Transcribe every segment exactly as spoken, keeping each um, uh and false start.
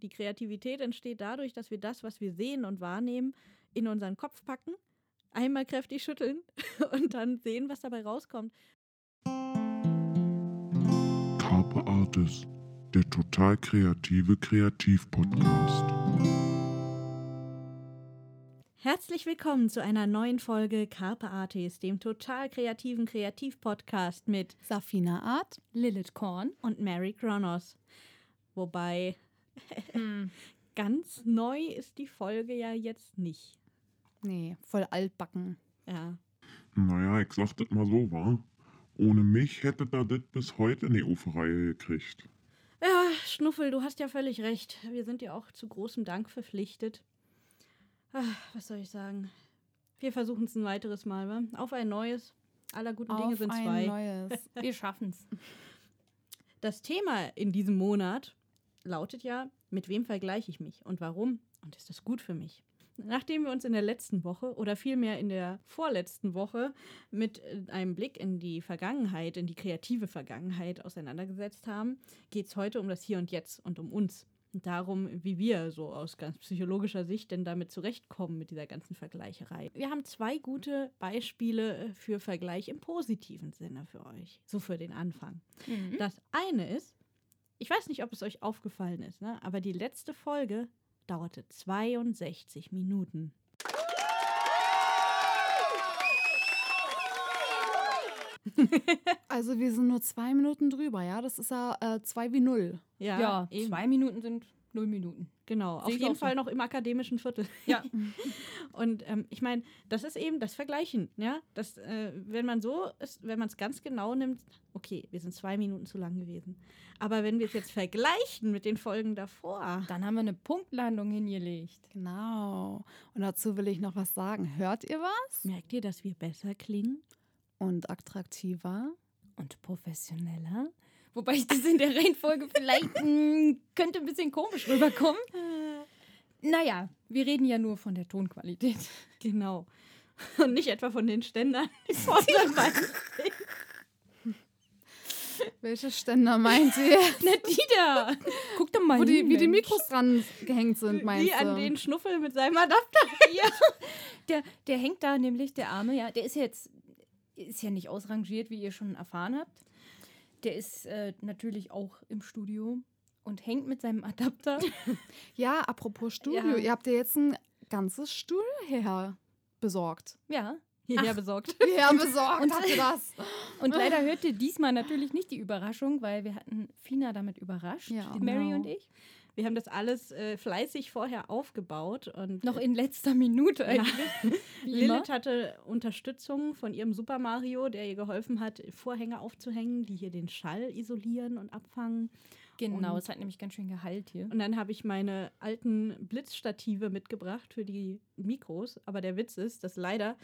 Die Kreativität entsteht dadurch, dass wir das, was wir sehen und wahrnehmen, in unseren Kopf packen, einmal kräftig schütteln und dann sehen, was dabei rauskommt. Carpe Artis, der total kreative Kreativ-Podcast. Herzlich willkommen zu einer neuen Folge Carpe Artis, dem total kreativen Kreativ-Podcast mit Safina Art, Lilith Korn und Mary Kronos. Wobei, hm. ganz neu ist die Folge ja jetzt nicht. Nee, voll altbacken. Ja. Naja, ich sag das mal so, wa? Ohne mich hätte da das bis heute nicht auf die Reihe gekriegt. Ja, Schnuffel, du hast ja völlig recht. Wir sind dir auch zu großem Dank verpflichtet. Ach, was soll ich sagen? Wir versuchen es ein weiteres Mal, wa? Auf ein neues. Aller guten Dinge Auf sind ein zwei. neues. Wir schaffen's. Das Thema in diesem Monat lautet ja, mit wem vergleiche ich mich und warum? Und ist das gut für mich? Nachdem wir uns in der letzten Woche oder vielmehr in der vorletzten Woche mit einem Blick in die Vergangenheit, in die kreative Vergangenheit auseinandergesetzt haben, geht es heute um das Hier und Jetzt und um uns. Und darum, wie wir so aus ganz psychologischer Sicht denn damit zurechtkommen mit dieser ganzen Vergleicherei. Wir haben zwei gute Beispiele für Vergleich im positiven Sinne für euch. So für den Anfang. Mhm. Das eine ist, ich weiß nicht, ob es euch aufgefallen ist, ne? Aber die letzte Folge dauerte zweiundsechzig Minuten. Also wir sind nur zwei Minuten drüber, ja? Das ist ja äh, zwei wie null. Ja, Ja, eben. zwei Minuten sind null Minuten. Genau, auf Sehe ich jeden auch so. Fall noch im akademischen Viertel. Ja. Und ähm, ich meine, das ist eben das Vergleichen, ja. Das, äh, wenn man so ist, wenn man es ganz genau nimmt, okay, wir sind zwei Minuten zu lang gewesen. Aber wenn wir es jetzt vergleichen mit den Folgen davor, Dann haben wir eine Punktlandung hingelegt. Genau. Und dazu will ich noch was sagen. Hört ihr was? merkt ihr, dass wir besser klingen? Und attraktiver? Und professioneller. Wobei ich das in der Reihenfolge vielleicht mh, könnte ein bisschen komisch rüberkommen. Naja, wir reden ja nur von der Tonqualität. Genau. Und nicht etwa von den Ständern, die vor unseren Beinen stehen. Welche Ständer meint ihr? Na, die da. Guck doch mal Wo die, hin, wie die Mensch. Mikros dran gehängt sind, meinst Wie an du? den Schnuffel mit seinem Adapter. Ja, der, der hängt da nämlich, der Arme, ja, der ist jetzt, ist ja nicht ausrangiert, wie ihr schon erfahren habt. Der ist äh, natürlich auch im Studio und hängt mit seinem Adapter. Ja, apropos Studio. Ja. Ihr habt ja jetzt ein ganzes Stuhl her besorgt. Ja. Hierher besorgt. Ja, besorgt, Und- habt ihr das? Und leider hört ihr diesmal natürlich nicht die Überraschung, weil wir hatten Fina damit überrascht, Ja, die Mary genau. und ich. Wir haben das alles äh, fleißig vorher aufgebaut. Und Noch in letzter Minute eigentlich. Wie immer. Lilith hatte Unterstützung von ihrem Super Mario, der ihr geholfen hat, Vorhänge aufzuhängen, die hier den Schall isolieren und abfangen. Genau, Und- es hat nämlich ganz schön Gehalt hier. Und dann habe ich meine alten Blitzstative mitgebracht für die Mikros. Aber der Witz ist, dass leider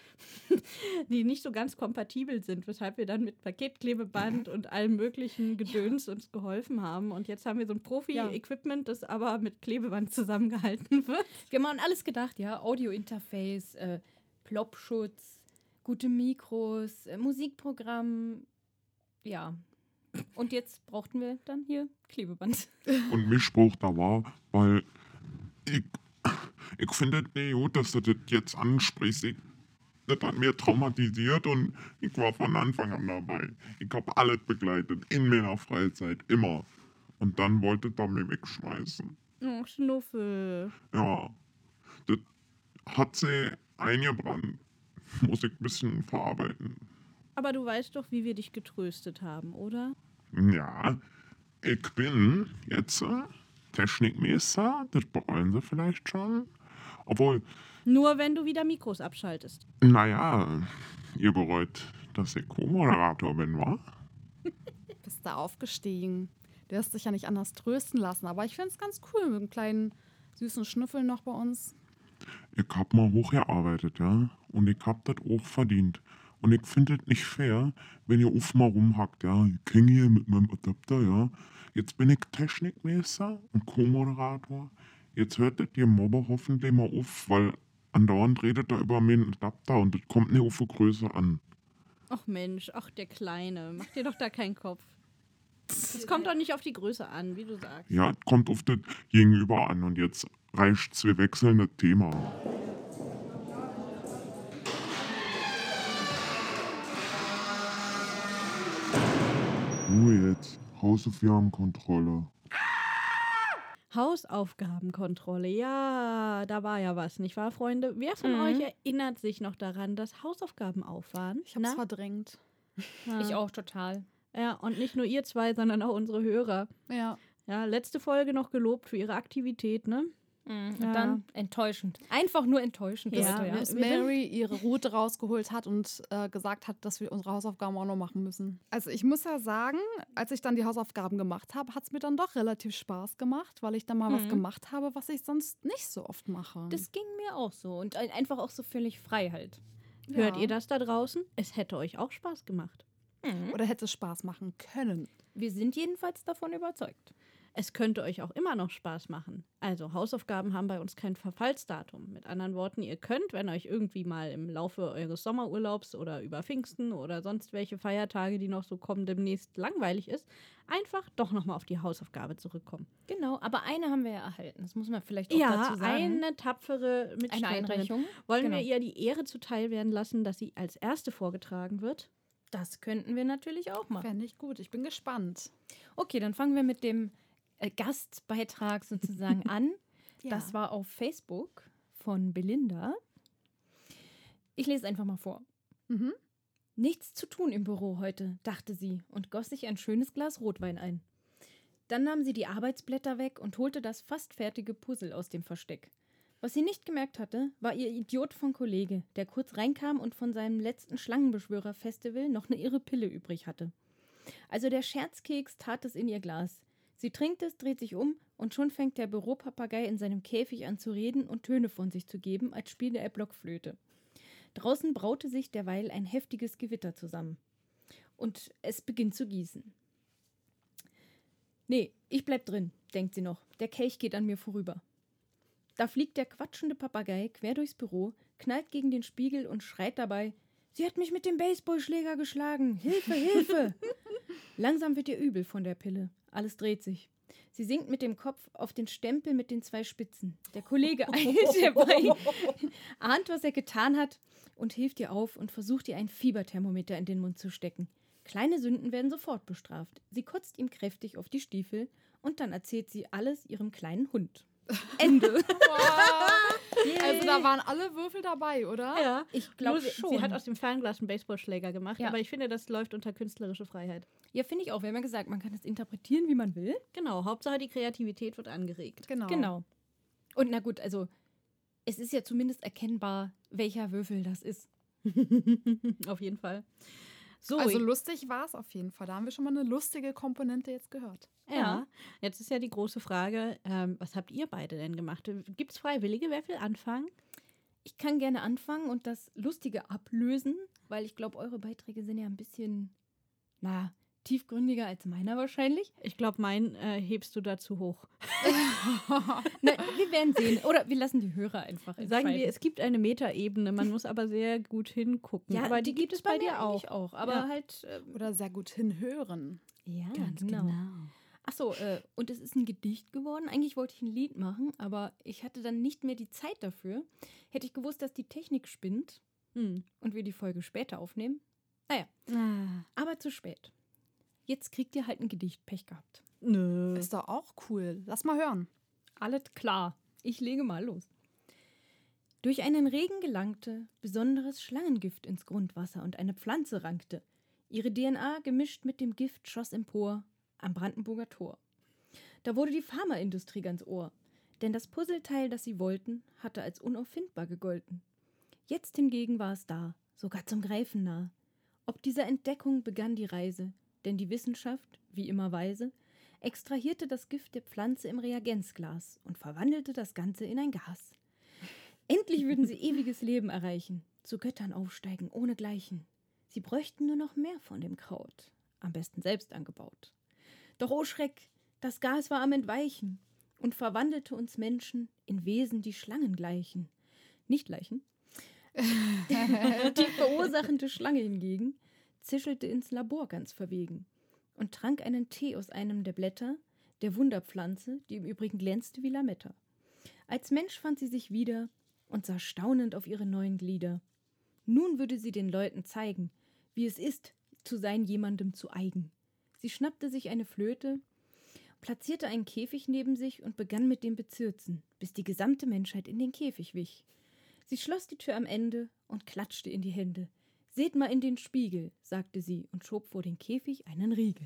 die nicht so ganz kompatibel sind, weshalb wir dann mit Paketklebeband und allem möglichen Gedöns uns geholfen haben. Und jetzt haben wir so ein Profi-Equipment, das aber mit Klebeband zusammengehalten wird. Wir haben an alles gedacht, ja. Audio-Interface, äh, Plopschutz, gute Mikros, äh, Musikprogramm, ja. Und jetzt brauchten wir dann hier Klebeband. Und Mischspruch da war, weil ich, ich finde es nicht gut, dass du das jetzt ansprichst. Ich, das hat mir traumatisiert und ich war von Anfang an dabei. Ich habe alles begleitet, in meiner Freizeit, immer. Und dann wollte er mich wegschmeißen. Oh, Schnuffel. Ja, das hat sie eingebrannt. Muss ich ein bisschen verarbeiten. Aber du weißt doch, wie wir dich getröstet haben, oder? Ja, ich bin jetzt äh, Technikmeister, das bereuen sie vielleicht schon. Obwohl, Nur wenn du wieder Mikros abschaltest. naja, ihr bereut, dass ich Co-Moderator bin, wa? Bist da aufgestiegen. Der hast dich ja nicht anders trösten lassen. Aber ich finde es ganz cool mit einem kleinen süßen Schnüffel noch bei uns. Ich hab mal hochgearbeitet, ja, und ich hab das auch verdient. Und ich finde es nicht fair, wenn ihr auf mal rumhackt, ja. Ich hänge hier mit meinem Adapter, ja. Jetzt bin ich Technikmeister und Co-Moderator. Jetzt hört das ihr Mobber hoffentlich mal auf, weil andauernd redet er über meinen Adapter und das kommt nicht auf die Größe an. Ach Mensch, ach der Kleine, mach dir doch da keinen Kopf. Es kommt doch nicht auf die Größe an, wie du sagst. Ja, kommt auf das Gegenüber an und jetzt reicht's, wir wechseln das Thema. Ruhe jetzt, Hausaufgabenkontrolle. Hausaufgabenkontrolle, ja, da war ja was, nicht wahr, Freunde? Wer von Mhm. euch erinnert sich noch daran, dass Hausaufgaben auf waren? Ich hab's Na? verdrängt. Ich auch total. Ja, und nicht nur ihr zwei, sondern auch unsere Hörer. Ja. Ja, letzte Folge noch gelobt für ihre Aktivität, ne? Mhm. Und Ja. dann enttäuschend. Einfach nur enttäuschend. Ja, Leute, wir- Bis wir sind- Mary ihre Route rausgeholt hat und äh, gesagt hat, dass wir unsere Hausaufgaben auch noch machen müssen. Also ich muss ja sagen, als ich dann die Hausaufgaben gemacht habe, hat es mir dann doch relativ Spaß gemacht, weil ich dann mal was Mhm. gemacht habe, was ich sonst nicht so oft mache. Das ging mir auch so. Und ein- einfach auch so völlig frei halt. Hört Ja. ihr das da draußen? Es hätte euch auch Spaß gemacht. Mhm. Oder hätte es Spaß machen können. Wir sind jedenfalls davon überzeugt. Es könnte euch auch immer noch Spaß machen. Also Hausaufgaben haben bei uns kein Verfallsdatum. Mit anderen Worten, ihr könnt, wenn euch irgendwie mal im Laufe eures Sommerurlaubs oder über Pfingsten oder sonst welche Feiertage, die noch so kommen, demnächst langweilig ist, einfach doch nochmal auf die Hausaufgabe zurückkommen. Genau, aber eine haben wir ja erhalten. Das muss man vielleicht auch Ja, dazu sagen. eine tapfere Eine Mitstreiterin. Einreichung. Wollen Genau. wir ihr die Ehre zuteil werden lassen, dass sie als erste vorgetragen wird? Das könnten wir natürlich auch machen. Fände ich gut. Ich bin gespannt. Okay, dann fangen wir mit dem äh, Gastbeitrag sozusagen an. Ja. Das war auf Facebook von Belinda. Ich lese einfach mal vor. Mhm. Nichts zu tun im Büro heute, dachte sie und goss sich ein schönes Glas Rotwein ein. Dann nahm sie die Arbeitsblätter weg und holte das fast fertige Puzzle aus dem Versteck. Was sie nicht gemerkt hatte, war ihr Idiot von Kollege, der kurz reinkam und von seinem letzten Schlangenbeschwörer-Festival noch eine irre Pille übrig hatte. Also der Scherzkeks tat es in ihr Glas. Sie trinkt es, dreht sich um und schon fängt der Büropapagei in seinem Käfig an zu reden und Töne von sich zu geben, als spiele er Blockflöte. Draußen braute sich derweil ein heftiges Gewitter zusammen. Und es beginnt zu gießen. Nee, ich bleib drin, denkt sie noch. Der Kelch geht an mir vorüber. Da fliegt der quatschende Papagei quer durchs Büro, knallt gegen den Spiegel und schreit dabei: Sie hat mich mit dem Baseballschläger geschlagen! Hilfe, Hilfe! Langsam wird ihr übel von der Pille. Alles dreht sich. Sie sinkt mit dem Kopf auf den Stempel mit den zwei Spitzen. Der Kollege eilt herbei, ahnt, was er getan hat und hilft ihr auf und versucht ihr ein Fieberthermometer in den Mund zu stecken. Kleine Sünden werden sofort bestraft. Sie kotzt ihm kräftig auf die Stiefel und dann erzählt sie alles ihrem kleinen Hund. Ende. Also da waren alle Würfel dabei, oder? Ja, Ich glaube Nur sie, schon. sie hat aus dem Fernglas einen Baseballschläger gemacht, Ja. aber ich finde, das läuft unter künstlerische Freiheit. Ja, finde ich auch. Wir haben ja gesagt, man kann das interpretieren, wie man will. Genau, Hauptsache die Kreativität wird angeregt. Genau. Genau. Und na gut, also es ist ja zumindest erkennbar, welcher Würfel das ist. Auf jeden Fall. So, Also lustig war es auf jeden Fall. Da haben wir schon mal eine lustige Komponente jetzt gehört. ja, jetzt ist ja die große Frage, ähm, was habt ihr beide denn gemacht? Gibt es Freiwillige? Wer will anfangen? Ich kann gerne anfangen und das Lustige ablösen, weil ich glaube, eure Beiträge sind ja ein bisschen, na, tiefgründiger als meiner wahrscheinlich. Ich glaube, meinen äh, hebst du dazu hoch. Na, wir werden sehen. Oder wir lassen die Hörer einfach entscheiden. Sagen wir, es gibt eine Metaebene, man muss aber sehr gut hingucken. ja, aber die, gibt es bei mir dir auch. eigentlich auch. Aber Ja. halt, äh, Oder sehr gut hinhören. ja, Achso, äh, und es ist ein Gedicht geworden. Eigentlich wollte ich ein Lied machen, aber ich hatte dann nicht mehr die Zeit dafür. Hätte ich gewusst, dass die Technik spinnt Hm. und wir die Folge später aufnehmen. Naja, Ah, aber zu spät. Jetzt kriegt ihr halt ein Gedicht. Pech gehabt. nö. Ist doch auch cool. Lass mal hören. Alles klar. Ich lege mal los. Durch einen Regen gelangte besonderes Schlangengift ins Grundwasser und eine Pflanze rankte. Ihre D N A gemischt mit dem Gift schoss empor am Brandenburger Tor. Da wurde die Pharmaindustrie ganz Ohr, denn das Puzzleteil, das sie wollten, hatte als unauffindbar gegolten. Jetzt hingegen war es da, sogar zum Greifen nah. Ob dieser Entdeckung begann die Reise, denn die Wissenschaft, wie immer weise, extrahierte das Gift der Pflanze im Reagenzglas und verwandelte das Ganze in ein Gas. Endlich würden sie ewiges Leben erreichen, zu Göttern aufsteigen ohnegleichen. Sie bräuchten nur noch mehr von dem Kraut, am besten selbst angebaut. Doch oh Schreck, das Gas war am Entweichen und verwandelte uns Menschen in Wesen, die Schlangen gleichen. Nicht Leichen. Die verursachende Schlange hingegen zischelte ins Labor ganz verwegen. und trank einen Tee aus einem der Blätter der Wunderpflanze, die im Übrigen glänzte wie Lametta. Als Mensch fand sie sich wieder und sah staunend auf ihre neuen Glieder. Nun würde sie den Leuten zeigen, wie es ist, zu sein jemandem zu eigen. Sie schnappte sich eine Flöte, platzierte einen Käfig neben sich und begann mit dem Bezirzen, bis die gesamte Menschheit in den Käfig wich. Sie schloss die Tür am Ende und klatschte in die Hände. »Seht mal in den Spiegel«, sagte sie und schob vor den Käfig einen Riegel.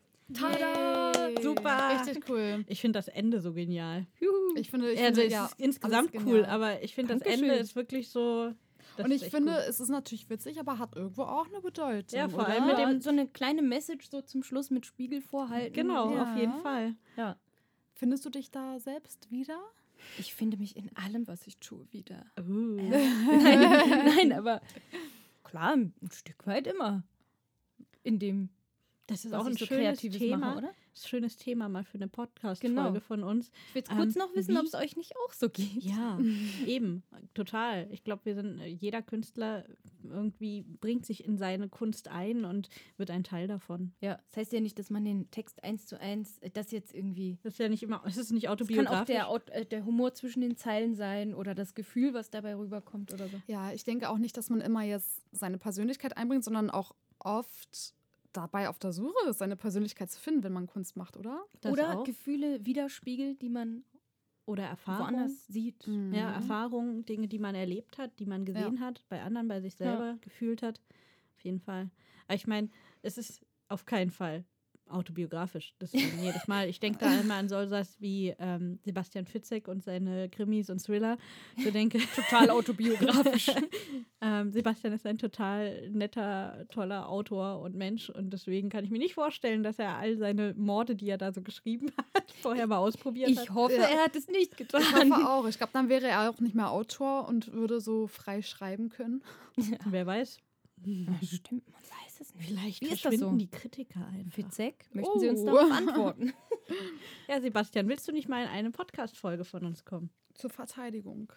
Tada! Yay. Super. Richtig cool. Ich finde das Ende so genial. Ich finde, ich also finde es ja, ist insgesamt alles cool, genial. aber ich finde das Dankeschön. Ende ist wirklich so. das Und ist ich echt finde, gut. es ist natürlich witzig, aber hat irgendwo auch eine Bedeutung. Ja, vor oder? allem mit dem- so eine kleine Message so zum Schluss mit Spiegel vorhalten. Genau, Ja. auf jeden Fall. Ja. Findest du dich da selbst wieder? Ich finde mich in allem, was ich tue, wieder. Uh. Nein, nein, aber klar, ein Stück weit immer. In dem, Das ist was auch ein ich so schönes Kreatives Thema. mache, oder? Das ist ein schönes Thema mal für eine Podcast-Folge Genau. von uns. Ich will jetzt kurz Ähm, noch wissen, wie- ob es euch nicht auch so geht. Ja, eben, total. Ich glaube, wir sind, jeder Künstler irgendwie bringt sich in seine Kunst ein und wird ein Teil davon. Ja, das heißt ja nicht, dass man den Text eins zu eins, äh, das jetzt irgendwie, Das ist ja nicht immer, es ist nicht es kann auch autobiografisch. der, Aut- äh, der Humor zwischen den Zeilen sein oder das Gefühl, was dabei rüberkommt oder so. Ja, ich denke auch nicht, dass man immer jetzt seine Persönlichkeit einbringt, sondern auch oft dabei auf der Suche ist, seine Persönlichkeit zu finden, wenn man Kunst macht, oder? Das oder auch. Gefühle widerspiegelt, die man Oder Erfahrung. woanders sieht. Mhm. Ja, Erfahrungen, Dinge, die man erlebt hat, die man gesehen hat, bei anderen, bei sich selber gefühlt hat. Auf jeden Fall. Aber ich meine, es ist auf keinen Fall autobiografisch. Deswegen jedes Mal. Ich denke da immer an solches wie ähm, Sebastian Fitzek und seine Krimis und Thriller. So denke Total autobiografisch. ähm, Sebastian ist ein total netter, toller Autor und Mensch und deswegen kann ich mir nicht vorstellen, dass er all seine Morde, die er da so geschrieben hat, vorher mal ausprobiert hat. Ich hoffe, Ja. er hat es nicht getan. Ich hoffe auch. Ich glaube, dann wäre er auch nicht mehr Autor und würde so frei schreiben können. Wer weiß. Ja, stimmt, man weiß es nicht. Vielleicht Wie ist das verschwinden so? die Kritiker einfach. Fitzek, möchten Sie uns Oh. darauf antworten? Ja, Sebastian, willst du nicht mal in eine Podcast-Folge von uns kommen? Zur Verteidigung.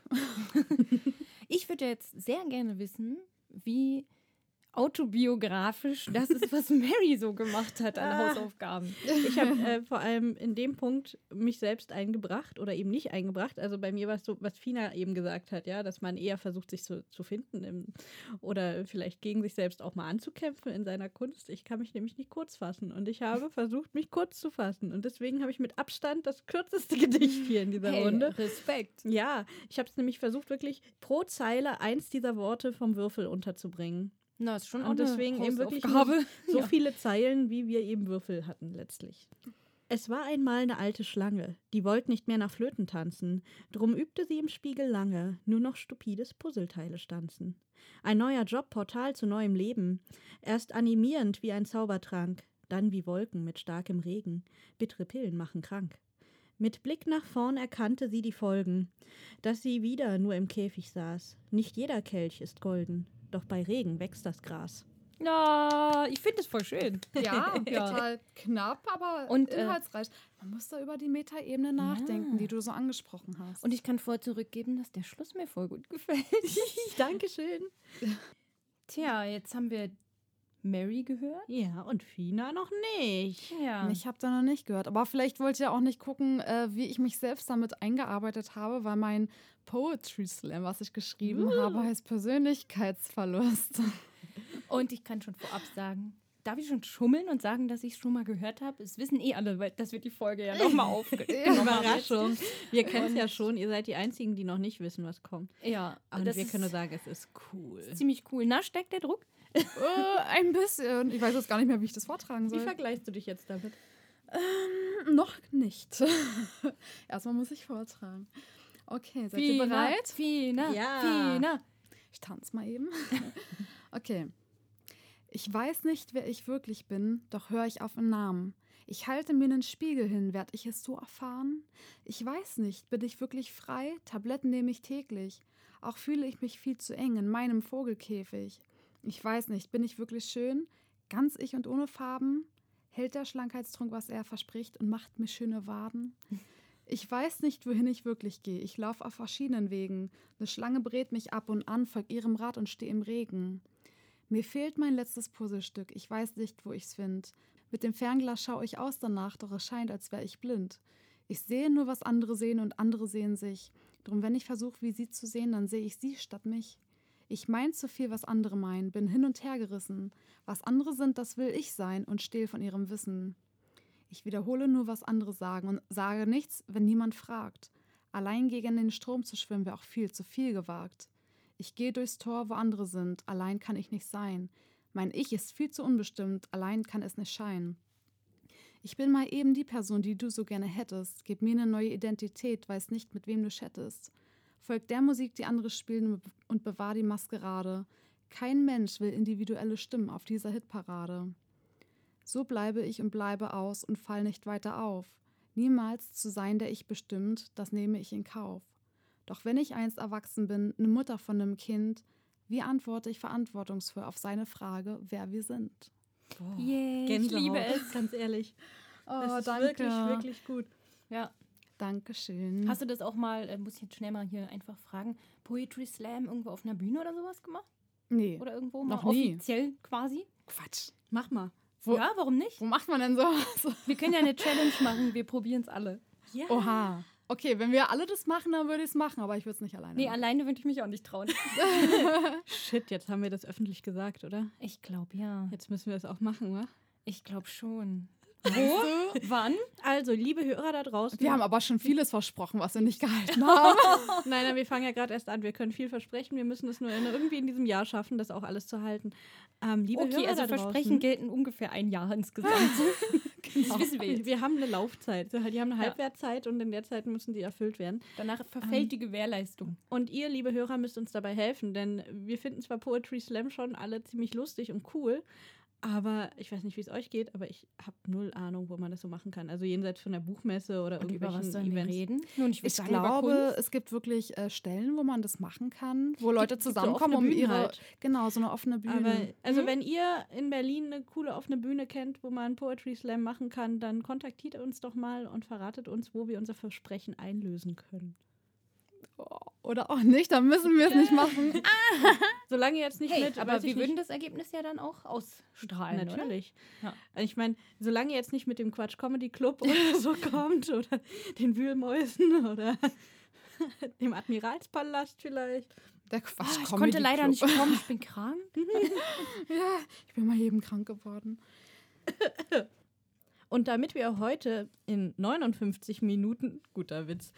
Ich würde jetzt sehr gerne wissen, wie autobiografisch das ist, was Mary so gemacht hat an Ah. Hausaufgaben. Ich habe äh, vor allem in dem Punkt mich selbst eingebracht oder eben nicht eingebracht. Also bei mir war es so, was Fina eben gesagt hat, ja, dass man eher versucht, sich so zu finden im, oder vielleicht gegen sich selbst auch mal anzukämpfen in seiner Kunst. Ich kann mich nämlich nicht kurz fassen und ich habe versucht, mich kurz zu fassen und deswegen habe ich mit Abstand das kürzeste Gedicht hier in dieser Hey, Runde. Respekt. Ja, ich habe es nämlich versucht, wirklich pro Zeile eins dieser Worte vom Würfel unterzubringen. Na, ist schon auch Und deswegen eine eben wirklich Hausaufgabe. So Ja. viele Zeilen, wie wir eben Würfel hatten letztlich. Es war einmal eine alte Schlange, die wollte nicht mehr nach Flöten tanzen. Drum übte sie im Spiegel lange, nur noch stupides Puzzleteile stanzen. Ein neuer Job, Portal zu neuem Leben. Erst animierend wie ein Zaubertrank, dann wie Wolken mit starkem Regen. Bittere Pillen machen krank. Mit Blick nach vorn erkannte sie die Folgen, dass sie wieder nur im Käfig saß. Nicht jeder Kelch ist golden, doch bei Regen wächst das Gras. Ja, ich finde es voll schön. Ja, Ja. total knapp, aber Und, äh, inhaltsreich. Man muss da über die Metaebene nachdenken, die du so angesprochen hast. Und ich kann voll zurückgeben, dass der Schluss mir voll gut gefällt. Dankeschön. Tja, jetzt haben wir Mary gehört. Ja, und Fina noch nicht. Ja. Ich habe da noch nicht gehört. Aber vielleicht wollt ihr auch nicht gucken, äh, wie ich mich selbst damit eingearbeitet habe, weil mein Poetry Slam, was ich geschrieben Uh. habe, heißt Persönlichkeitsverlust. Und ich kann schon vorab sagen, darf ich schon schummeln und sagen, dass ich es schon mal gehört habe? Es wissen eh alle, weil das wird die Folge ja nochmal aufgenommen. Überraschung. Wir kennen es ja schon. Ihr seid die Einzigen, die noch nicht wissen, was kommt. Ja, Und das wir ist können nur sagen, es ist cool. ziemlich cool. Na, steckt der Druck? äh, ein bisschen. Ich weiß jetzt gar nicht mehr, wie ich das vortragen Wie soll. vergleichst du dich jetzt damit? Noch nicht. Erstmal muss ich vortragen. Okay, seid ihr bereit? Fina, Ja. Fina. Ich tanze mal eben. Okay. Ich weiß nicht, wer ich wirklich bin, doch höre ich auf einen Namen. Ich halte mir einen Spiegel hin, werd ich es so erfahren? Ich weiß nicht, bin ich wirklich frei? Tabletten nehme ich täglich. Auch fühle ich mich viel zu eng in meinem Vogelkäfig. Ich weiß nicht, bin ich wirklich schön? Ganz ich und ohne Farben? Hält der Schlankheitstrunk, was er verspricht und macht mir schöne Waden? Ich weiß nicht, wohin ich wirklich gehe. Ich laufe auf verschiedenen Wegen. Eine Schlange brät mich ab und an, folg ihrem Rat und stehe im Regen. Mir fehlt mein letztes Puzzlestück. Ich weiß nicht, wo ich's find. Mit dem Fernglas schaue ich aus danach, doch es scheint, als wäre ich blind. Ich sehe nur, was andere sehen und andere sehen sich. Drum, wenn ich versuche, wie sie zu sehen, dann sehe ich sie statt mich. Ich mein zu viel, was andere meinen, bin hin und her gerissen. Was andere sind, das will ich sein und stehl von ihrem Wissen. Ich wiederhole nur, was andere sagen und sage nichts, wenn niemand fragt. Allein gegen den Strom zu schwimmen wäre auch viel zu viel gewagt. Ich gehe durchs Tor, wo andere sind, allein kann ich nicht sein. Mein Ich ist viel zu unbestimmt, allein kann es nicht scheinen. Ich bin mal eben die Person, die du so gerne hättest. Gib mir eine neue Identität, weiß nicht, mit wem du chattest. Folg der Musik, die andere spielen und bewahr die Maskerade. Kein Mensch will individuelle Stimmen auf dieser Hitparade. So bleibe ich und bleibe aus und fall nicht weiter auf. Niemals zu sein, der ich bestimmt, das nehme ich in Kauf. Doch wenn ich einst erwachsen bin, eine Mutter von einem Kind, wie antworte ich verantwortungsvoll auf seine Frage, wer wir sind? Boah, Yay, ich Gänsehaut, liebe es. ganz ehrlich. Oh, das ist danke. wirklich, wirklich gut. Ja. Dankeschön. Hast du das auch mal, äh, muss ich jetzt schnell mal hier einfach fragen, Poetry Slam irgendwo auf einer Bühne oder sowas gemacht? Nee, Oder irgendwo mal Noch nie. offiziell quasi? Quatsch. Mach mal. Wo- Ja, warum nicht? Wo macht man denn sowas? Wir können ja eine Challenge machen, wir probieren es alle. Ja. Oha. Okay, wenn wir alle das machen, dann würde ich es machen, aber ich würde es nicht alleine Nee, machen. alleine würde ich mich auch nicht trauen. Shit, jetzt haben wir das öffentlich gesagt, oder? Ich glaube ja. Jetzt müssen wir es auch machen, wa? Ich glaube schon. Wo? Wann? Also, liebe Hörer da draußen. Wir haben aber schon vieles versprochen, was wir nicht gehalten haben. Nein, nein, wir fangen ja gerade erst an. Wir können viel versprechen. Wir müssen es nur in, irgendwie in diesem Jahr schaffen, das auch alles zu halten. Ähm, liebe Okay, Hörer also da Versprechen draußen, gelten ungefähr ein Jahr insgesamt. Das wissen wir jetzt. wir haben eine Laufzeit. So, Die haben eine Ja. Halbwertzeit und in der Zeit müssen die erfüllt werden. Danach verfällt die Gewährleistung. Und ihr, liebe Hörer, müsst uns dabei helfen, denn wir finden zwar Poetry Slam schon alle ziemlich lustig und cool, aber ich weiß nicht, wie es euch geht, aber ich habe null Ahnung, wo man das so machen kann. Also jenseits von der Buchmesse oder Und über irgendwelchen was sollen wir Events. reden? Nun, ich würde Ich sagen, über glaube, Kunst. es gibt wirklich äh, Stellen, wo man das machen kann, wo Leute gibt so zusammenkommen, offene um Bühnen ihre. halt. Genau, so eine offene Bühne. Aber also Mhm. wenn ihr in Berlin eine coole offene Bühne kennt, wo man Poetry Slam machen kann, dann kontaktiert uns doch mal und verratet uns, wo wir unser Versprechen einlösen können. Oder auch nicht, dann müssen wir es nicht machen. Solange ihr jetzt nicht Hey, mit, aber weiß wir ich würden nicht, das Ergebnis ja dann auch ausstrahlen, natürlich. Ja. Also ich meine, solange ihr jetzt nicht mit dem Quatsch Comedy Club oder so kommt oder den Wühlmäusen oder dem Admiralspalast vielleicht. Der Quatsch. oder? Ich Comedy konnte leider Club. nicht kommen, ich bin krank. Ja, ich bin mal eben krank geworden. Und damit wir heute in neunundfünfzig Minuten, guter Witz,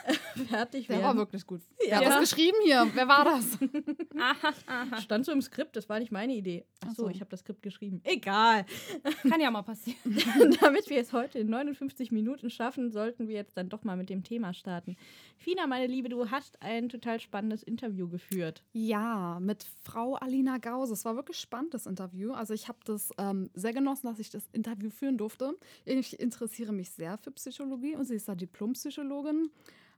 fertig Der werden. war wirklich gut. Ja. Wer hat das geschrieben hier? Wer war das? Aha, aha. Stand so im Skript, das war nicht meine Idee. Ach Ach so, so. ich habe das Skript geschrieben. Egal. Kann ja mal passieren. Damit wir es heute in neunundfünfzig Minuten schaffen, sollten wir jetzt dann doch mal mit dem Thema starten. Fina, meine Liebe, du hast ein total spannendes Interview geführt. Ja, mit Frau Alina Gause. Es war wirklich spannend, das Interview. Also ich habe das ähm, sehr genossen, dass ich das Interview führen durfte. Ich interessiere mich sehr für Psychologie und sie ist da Diplompsychologin.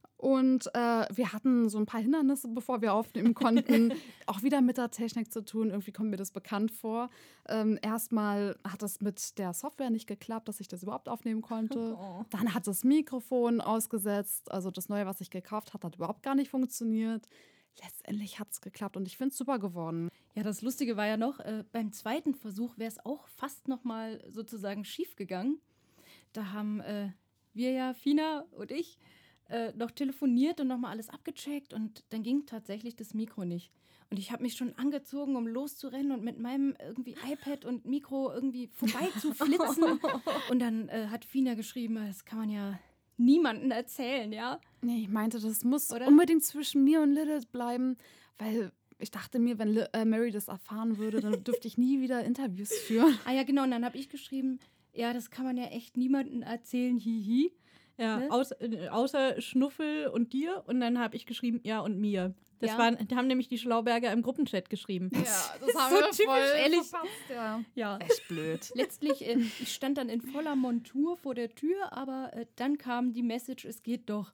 Und äh, wir hatten so ein paar Hindernisse, bevor wir aufnehmen konnten. Auch wieder mit der Technik zu tun. Irgendwie kommt mir das bekannt vor. Ähm, erstmal hat es mit der Software nicht geklappt, dass ich das überhaupt aufnehmen konnte. Oh. Dann hat das Mikrofon ausgesetzt. Also das Neue, was ich gekauft habe, hat überhaupt gar nicht funktioniert. Letztendlich hat es geklappt und ich finde es super geworden. Ja, das Lustige war ja noch, äh, beim zweiten Versuch wäre es auch fast nochmal sozusagen schief gegangen. Da haben äh, wir ja, Fina und ich, äh, noch telefoniert und nochmal alles abgecheckt und dann ging tatsächlich das Mikro nicht. Und ich habe mich schon angezogen, um loszurennen und mit meinem irgendwie iPad und Mikro irgendwie vorbei zu flitzen. Und dann äh, hat Fina geschrieben, das kann man ja niemandem erzählen, ja? Nee, ich meinte, das muss Oder? unbedingt zwischen mir und Lilith bleiben, weil ich dachte mir, wenn Li äh, Mary das erfahren würde, dann dürfte ich nie wieder Interviews führen. Ah ja, genau. Und dann habe ich geschrieben, ja, das kann man ja echt niemandem erzählen, hihi. Ja, Ne? aus, äh, außer Schnuffel und dir. Und dann habe ich geschrieben, ja, und mir. Das Ja. waren, da haben nämlich die Schlauberger im Gruppenchat geschrieben. Ja, das haben wir voll ehrlich. verpasst, Ja. Ja. Echt blöd. Letztlich, äh, ich stand dann in voller Montur vor der Tür, aber äh, dann kam die Message, es geht doch.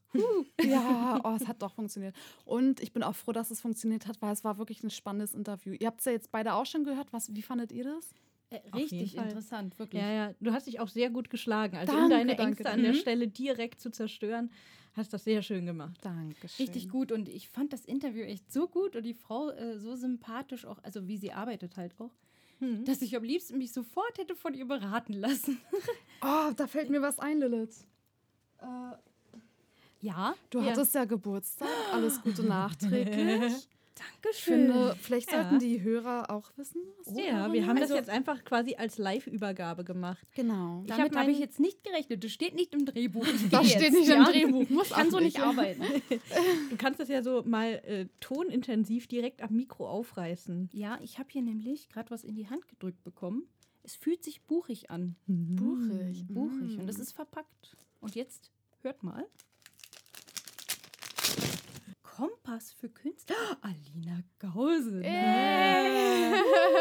Ja, oh, es hat doch funktioniert. Und ich bin auch froh, dass es funktioniert hat, weil es war wirklich ein spannendes Interview. Ihr habt es ja jetzt beide auch schon gehört. Was, wie fandet ihr das? Äh, Auf richtig jeden Fall. interessant, wirklich. Ja, ja, du hast dich auch sehr gut geschlagen. Also um Danke, deine danke, Ängste an der mhm. Stelle direkt zu zerstören, hast das sehr schön gemacht. Dankeschön. Richtig gut und ich fand das Interview echt so gut und die Frau äh, so sympathisch auch, also wie sie arbeitet halt auch. Hm. dass ich am liebsten mich sofort hätte von ihr beraten lassen. Oh, da fällt mir was ein, Lilith. Äh, Ja, du Ja. hattest ja Geburtstag. Alles Gute nachträglich. danke Ich finde, vielleicht Ja. sollten die Hörer auch wissen, was du Ja, daran wir haben hast. das jetzt einfach quasi als Live-Übergabe gemacht. Genau. Ich Damit hab habe ich mein- jetzt nicht gerechnet. Das steht nicht im Drehbuch. Ich Das gehe steht jetzt, nicht im ja? Drehbuch, muss Ich kann auch so nicht nicht. arbeiten. Du kannst das ja so mal äh, tonintensiv direkt am Mikro aufreißen. Ja, ich habe hier nämlich gerade was in die Hand gedrückt bekommen. Es fühlt sich buchig an. Buchig. Buchig. Mm. Und es ist verpackt. Und jetzt hört mal. Kompass für Künstler. Alina Gause. Äh.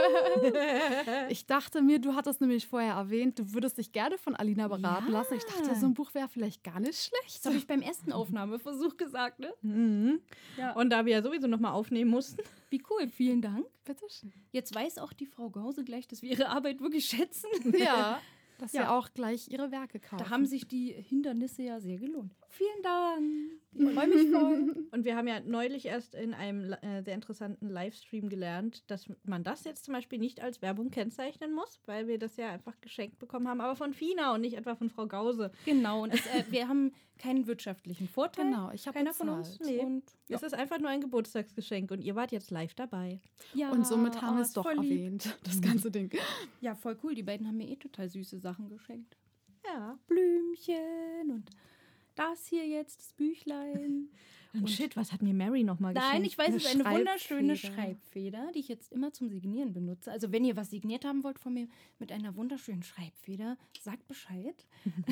Ich dachte mir, du hattest nämlich vorher erwähnt, du würdest dich gerne von Alina beraten Ja. lassen. Ich dachte, so ein Buch wäre vielleicht gar nicht schlecht. Das habe ich beim ersten Aufnahmeversuch gesagt, ne? Mhm. Ja. Und da wir ja sowieso nochmal aufnehmen mussten. Wie cool, vielen Dank. Bitteschön. Jetzt weiß auch die Frau Gause gleich, dass wir ihre Arbeit wirklich schätzen. Ja, dass Ja. wir auch gleich ihre Werke kaufen. Da haben sich die Hindernisse ja sehr gelohnt. Vielen Dank. Ich freue mich voll. Und wir haben ja neulich erst in einem äh, sehr interessanten Livestream gelernt, dass man das jetzt zum Beispiel nicht als Werbung kennzeichnen muss, weil wir das ja einfach geschenkt bekommen haben, aber von Fina und nicht etwa von Frau Gause. Genau, und es, äh, wir haben keinen wirtschaftlichen Vorteil. Genau, ich habe Keiner von uns. bezahlt. Nee. Und, ja. Es ist einfach nur ein Geburtstagsgeschenk und ihr wart jetzt live dabei. Ja, Und somit haben oh, wir es ist doch voll lieb. erwähnt, das ganze Ding. Ja, voll cool. Die beiden haben mir eh total süße Sachen geschenkt. Ja. Blümchen und das hier jetzt, das Büchlein. Und shit, was hat mir Mary nochmal geschenkt? Nein, ich weiß, es ist eine Schreibfeder. wunderschöne Schreibfeder, die ich jetzt immer zum Signieren benutze. Also wenn ihr was signiert haben wollt von mir mit einer wunderschönen Schreibfeder, sagt Bescheid.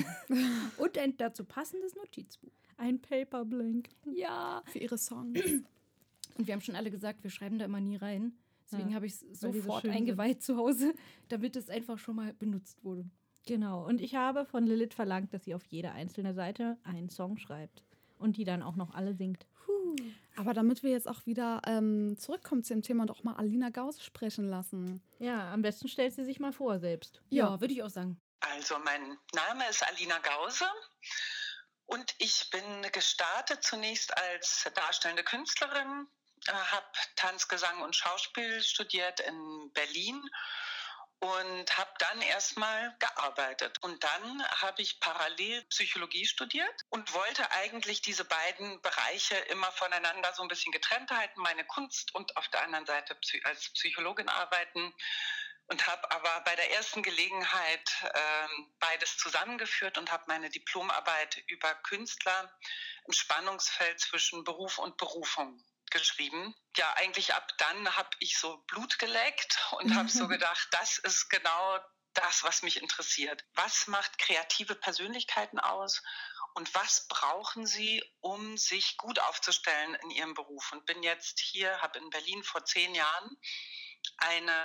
Und ein dazu passendes Notizbuch. Ein Paperblank. Ja. Für ihre Songs. Und wir haben schon alle gesagt, wir schreiben da immer nie rein. Deswegen Ja, habe ich es weil die so sofort schön eingeweiht zu Hause, damit es einfach schon mal benutzt wurde. Genau. Und ich habe von Lilith verlangt, dass sie auf jede einzelne Seite einen Song schreibt. Und die dann auch noch alle singt. Aber damit wir jetzt auch wieder ähm, zurückkommen zu dem Thema und auch mal Alina Gause sprechen lassen. Ja, am besten stellt sie sich mal vor selbst. Ja, würde ich auch sagen. Also mein Name ist Alina Gause und ich bin gestartet zunächst als darstellende Künstlerin, äh, habe Tanz, Gesang und Schauspiel studiert in Berlin und habe dann erstmal gearbeitet. Und dann habe ich parallel Psychologie studiert und wollte eigentlich diese beiden Bereiche immer voneinander so ein bisschen getrennt halten, meine Kunst und auf der anderen Seite als Psychologin arbeiten. Und habe aber bei der ersten Gelegenheit ähm, beides zusammengeführt und habe meine Diplomarbeit über Künstler im Spannungsfeld zwischen Beruf und Berufung geschrieben. Ja, eigentlich ab dann habe ich so Blut geleckt und habe so gedacht, das ist genau das, was mich interessiert. Was macht kreative Persönlichkeiten aus und was brauchen sie, um sich gut aufzustellen in ihrem Beruf? Und bin jetzt hier, habe in Berlin vor zehn Jahren eine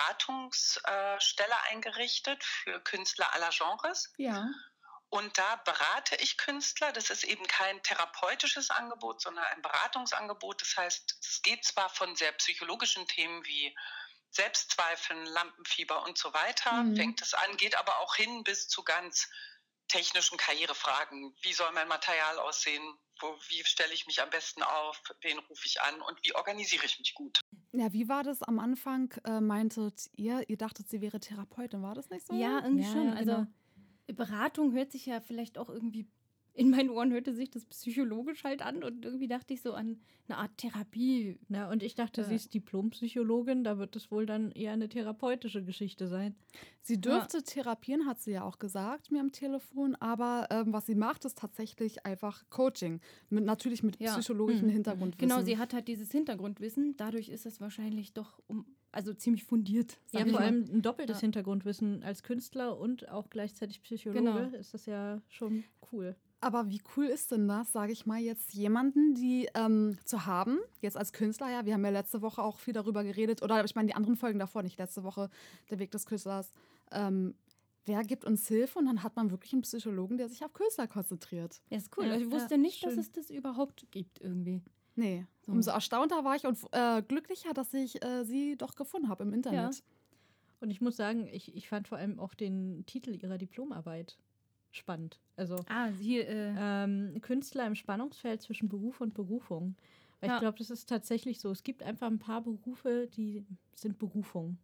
Beratungsstelle eingerichtet für Künstler aller Genres. Ja. Und da berate ich Künstler. Das ist eben kein therapeutisches Angebot, sondern ein Beratungsangebot. Das heißt, es geht zwar von sehr psychologischen Themen wie Selbstzweifeln, Lampenfieber und so weiter, Mhm. fängt es an, geht aber auch hin bis zu ganz technischen Karrierefragen. Wie soll mein Material aussehen? Wo, wie stelle ich mich am besten auf? Wen rufe ich an? Und wie organisiere ich mich gut? Ja, wie war das am Anfang? Äh, meintet ihr, ihr dachtet, sie wäre Therapeutin, war das nicht so? Ja, irgendwie Ja, schon. ja, genau. Also Beratung hört sich ja vielleicht auch irgendwie, in meinen Ohren hörte sich das psychologisch halt an und irgendwie dachte ich so an eine Art Therapie. Ja, und ich dachte, Äh. sie ist Diplompsychologin, da wird es wohl dann eher eine therapeutische Geschichte sein. Sie dürfte therapieren, hat sie ja auch gesagt mir am Telefon, aber ähm, was sie macht, ist tatsächlich einfach Coaching. Mit, natürlich mit Ja. psychologischem Mhm. Hintergrundwissen. Genau, sie hat halt dieses Hintergrundwissen. Dadurch ist es wahrscheinlich doch um, also ziemlich fundiert. sag Ja, ich vor mal. allem ein doppeltes Ja. Hintergrundwissen als Künstler und auch gleichzeitig Psychologe Genau. ist das ja schon cool. Aber wie cool ist denn das, sage ich mal, jetzt jemanden, die ähm, zu haben, jetzt als Künstler, ja, wir haben ja letzte Woche auch viel darüber geredet, oder ich meine die anderen Folgen davor, nicht letzte Woche, der Weg des Künstlers, ähm, wer gibt uns Hilfe? Und dann hat man wirklich einen Psychologen, der sich auf Künstler konzentriert. Ja, ist cool. Ja, Also ich wusste ja, nicht, dass schön. es das überhaupt gibt irgendwie. Nee, So. umso erstaunter war ich und äh, glücklicher, dass ich äh, sie doch gefunden habe im Internet. Und ich muss sagen, ich, ich fand vor allem auch den Titel ihrer Diplomarbeit spannend. Also Ah, hier, äh, ähm, Künstler im Spannungsfeld zwischen Beruf und Berufung. Weil Ja. ich glaube, das ist tatsächlich so. Es gibt einfach ein paar Berufe, die sind Berufung.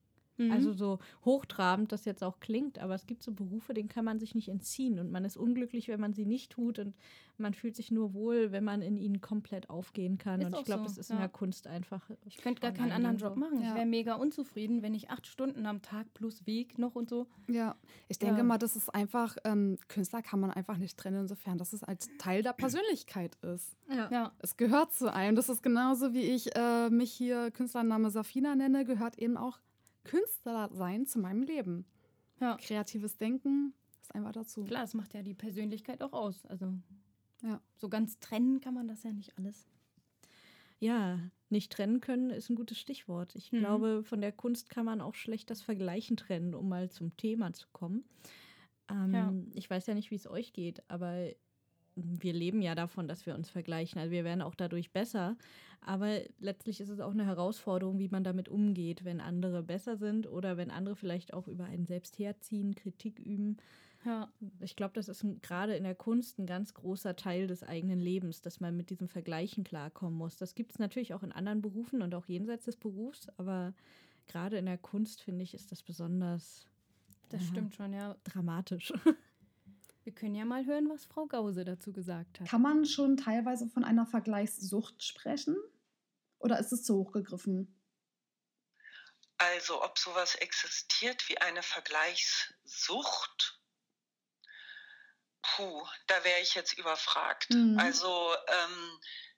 Mhm. Also so hochtrabend das jetzt auch klingt, aber es gibt so Berufe, denen kann man sich nicht entziehen und man ist unglücklich, wenn man sie nicht tut und man fühlt sich nur wohl, wenn man in ihnen komplett aufgehen kann. Ist und auch ich glaube, so, das ist ja. in der Kunst einfach. Ich könnte gar von keinen anderen einigen Job so. machen. Ich Ja. wäre mega unzufrieden, wenn ich acht Stunden am Tag plus Weg noch und so. Ja, ich denke Ja. mal, das ist einfach, ähm, Künstler kann man einfach nicht trennen, insofern, dass es als Teil der Persönlichkeit ist. Ja. Ja. Es gehört zu einem. Das ist genauso, wie ich äh, mich hier Künstlername Safina nenne, gehört eben auch Künstler sein zu meinem Leben. Ja. Kreatives Denken ist einfach dazu. Klar, das macht ja die Persönlichkeit auch aus. Also Ja. so ganz trennen kann man das ja nicht alles. Ja, nicht trennen können ist ein gutes Stichwort. Ich Mhm. glaube, von der Kunst kann man auch schlecht das Vergleichen trennen, um mal zum Thema zu kommen. Ähm, Ja. Ich weiß ja nicht, wie es euch geht, aber wir leben ja davon, dass wir uns vergleichen. Also wir werden auch dadurch besser. Aber letztlich ist es auch eine Herausforderung, wie man damit umgeht, wenn andere besser sind oder wenn andere vielleicht auch über einen selbst herziehen, Kritik üben. Ja. Ich glaube, das ist ein, gerade in der Kunst ein ganz großer Teil des eigenen Lebens, dass man mit diesem Vergleichen klarkommen muss. Das gibt es natürlich auch in anderen Berufen und auch jenseits des Berufs, aber gerade in der Kunst, finde ich, ist das besonders Das Ja. stimmt schon, ja. dramatisch. Wir können ja mal hören, was Frau Gause dazu gesagt hat. Kann man schon teilweise von einer Vergleichssucht sprechen? Oder ist es zu hoch gegriffen? Also ob sowas existiert wie eine Vergleichssucht, puh, da wäre ich jetzt überfragt. Mhm. Also ähm,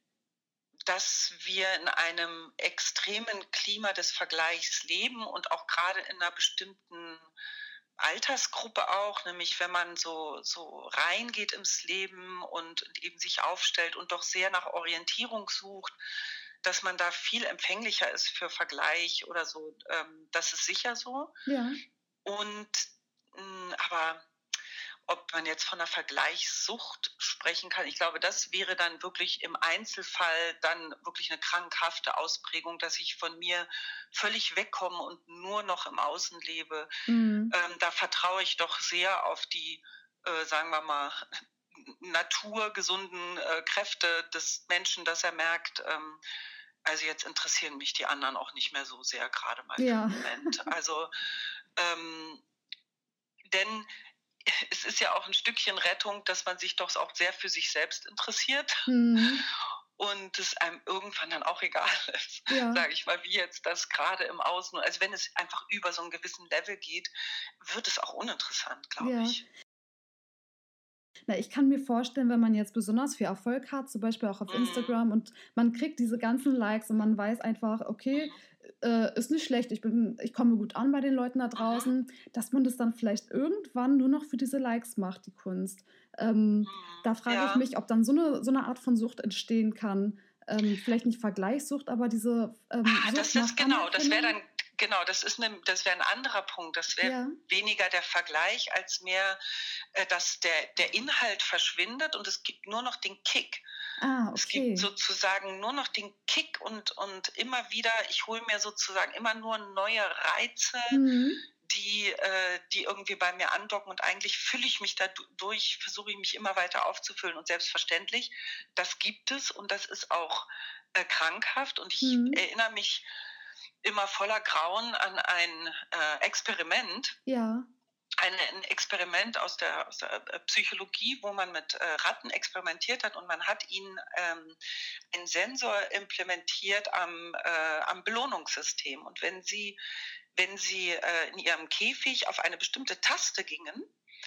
dass wir in einem extremen Klima des Vergleichs leben und auch gerade in einer bestimmten Altersgruppe auch, nämlich wenn man so, so reingeht ins Leben und eben sich aufstellt und doch sehr nach Orientierung sucht, dass man da viel empfänglicher ist für Vergleich oder so. Ähm, das ist sicher so. Ja. Und mh, aber ob man jetzt von einer Vergleichssucht sprechen kann, ich glaube, das wäre dann wirklich im Einzelfall dann wirklich eine krankhafte Ausprägung, dass ich von mir völlig wegkomme und nur noch im Außen lebe. Mhm. Ähm, da vertraue ich doch sehr auf die, äh, sagen wir mal, naturgesunden äh, Kräfte des Menschen, dass er merkt, ähm, also jetzt interessieren mich die anderen auch nicht mehr so sehr, gerade mal für Ja. einen Moment. Also, ähm, denn es ist ja auch ein Stückchen Rettung, dass man sich doch auch sehr für sich selbst interessiert Mhm. und es einem irgendwann dann auch egal ist, Ja. sage ich mal, wie jetzt das gerade im Außen, also wenn es einfach über so einen gewissen Level geht, wird es auch uninteressant, glaube Ja. ich. Na, ich kann mir vorstellen, wenn man jetzt besonders viel Erfolg hat, zum Beispiel auch auf Mhm. Instagram und man kriegt diese ganzen Likes und man weiß einfach, okay, äh, ist nicht schlecht, ich bin, ich komme gut an bei den Leuten da draußen, dass man das dann vielleicht irgendwann nur noch für diese Likes macht, die Kunst. Ähm, Mhm. da frage ich Ja. mich, ob dann so eine, so eine Art von Sucht entstehen kann. Ähm, vielleicht nicht Vergleichssucht, aber diese ähm, Ah, Sucht das nach ist genau, das wäre Anerkennung. dann, genau, das ist eine, das wäre ein anderer Punkt. Das wäre Ja. weniger der Vergleich als mehr, äh, dass der, der Inhalt verschwindet und es gibt nur noch den Kick. Ah, Es okay. gibt sozusagen nur noch den Kick und, und immer wieder, ich hole mir sozusagen immer nur neue Reize, Mhm. die, äh, die irgendwie bei mir andocken und eigentlich fülle ich mich dadurch, versuche ich mich immer weiter aufzufüllen und selbstverständlich, das gibt es und das ist auch äh, krankhaft und ich Mhm. erinnere mich immer voller Grauen an ein äh, Experiment, Ja. ein, ein Experiment aus der, aus der äh, Psychologie, wo man mit äh, Ratten experimentiert hat und man hat ihnen ähm, einen Sensor implementiert am, äh, am Belohnungssystem. Und wenn sie, wenn sie äh, in ihrem Käfig auf eine bestimmte Taste gingen,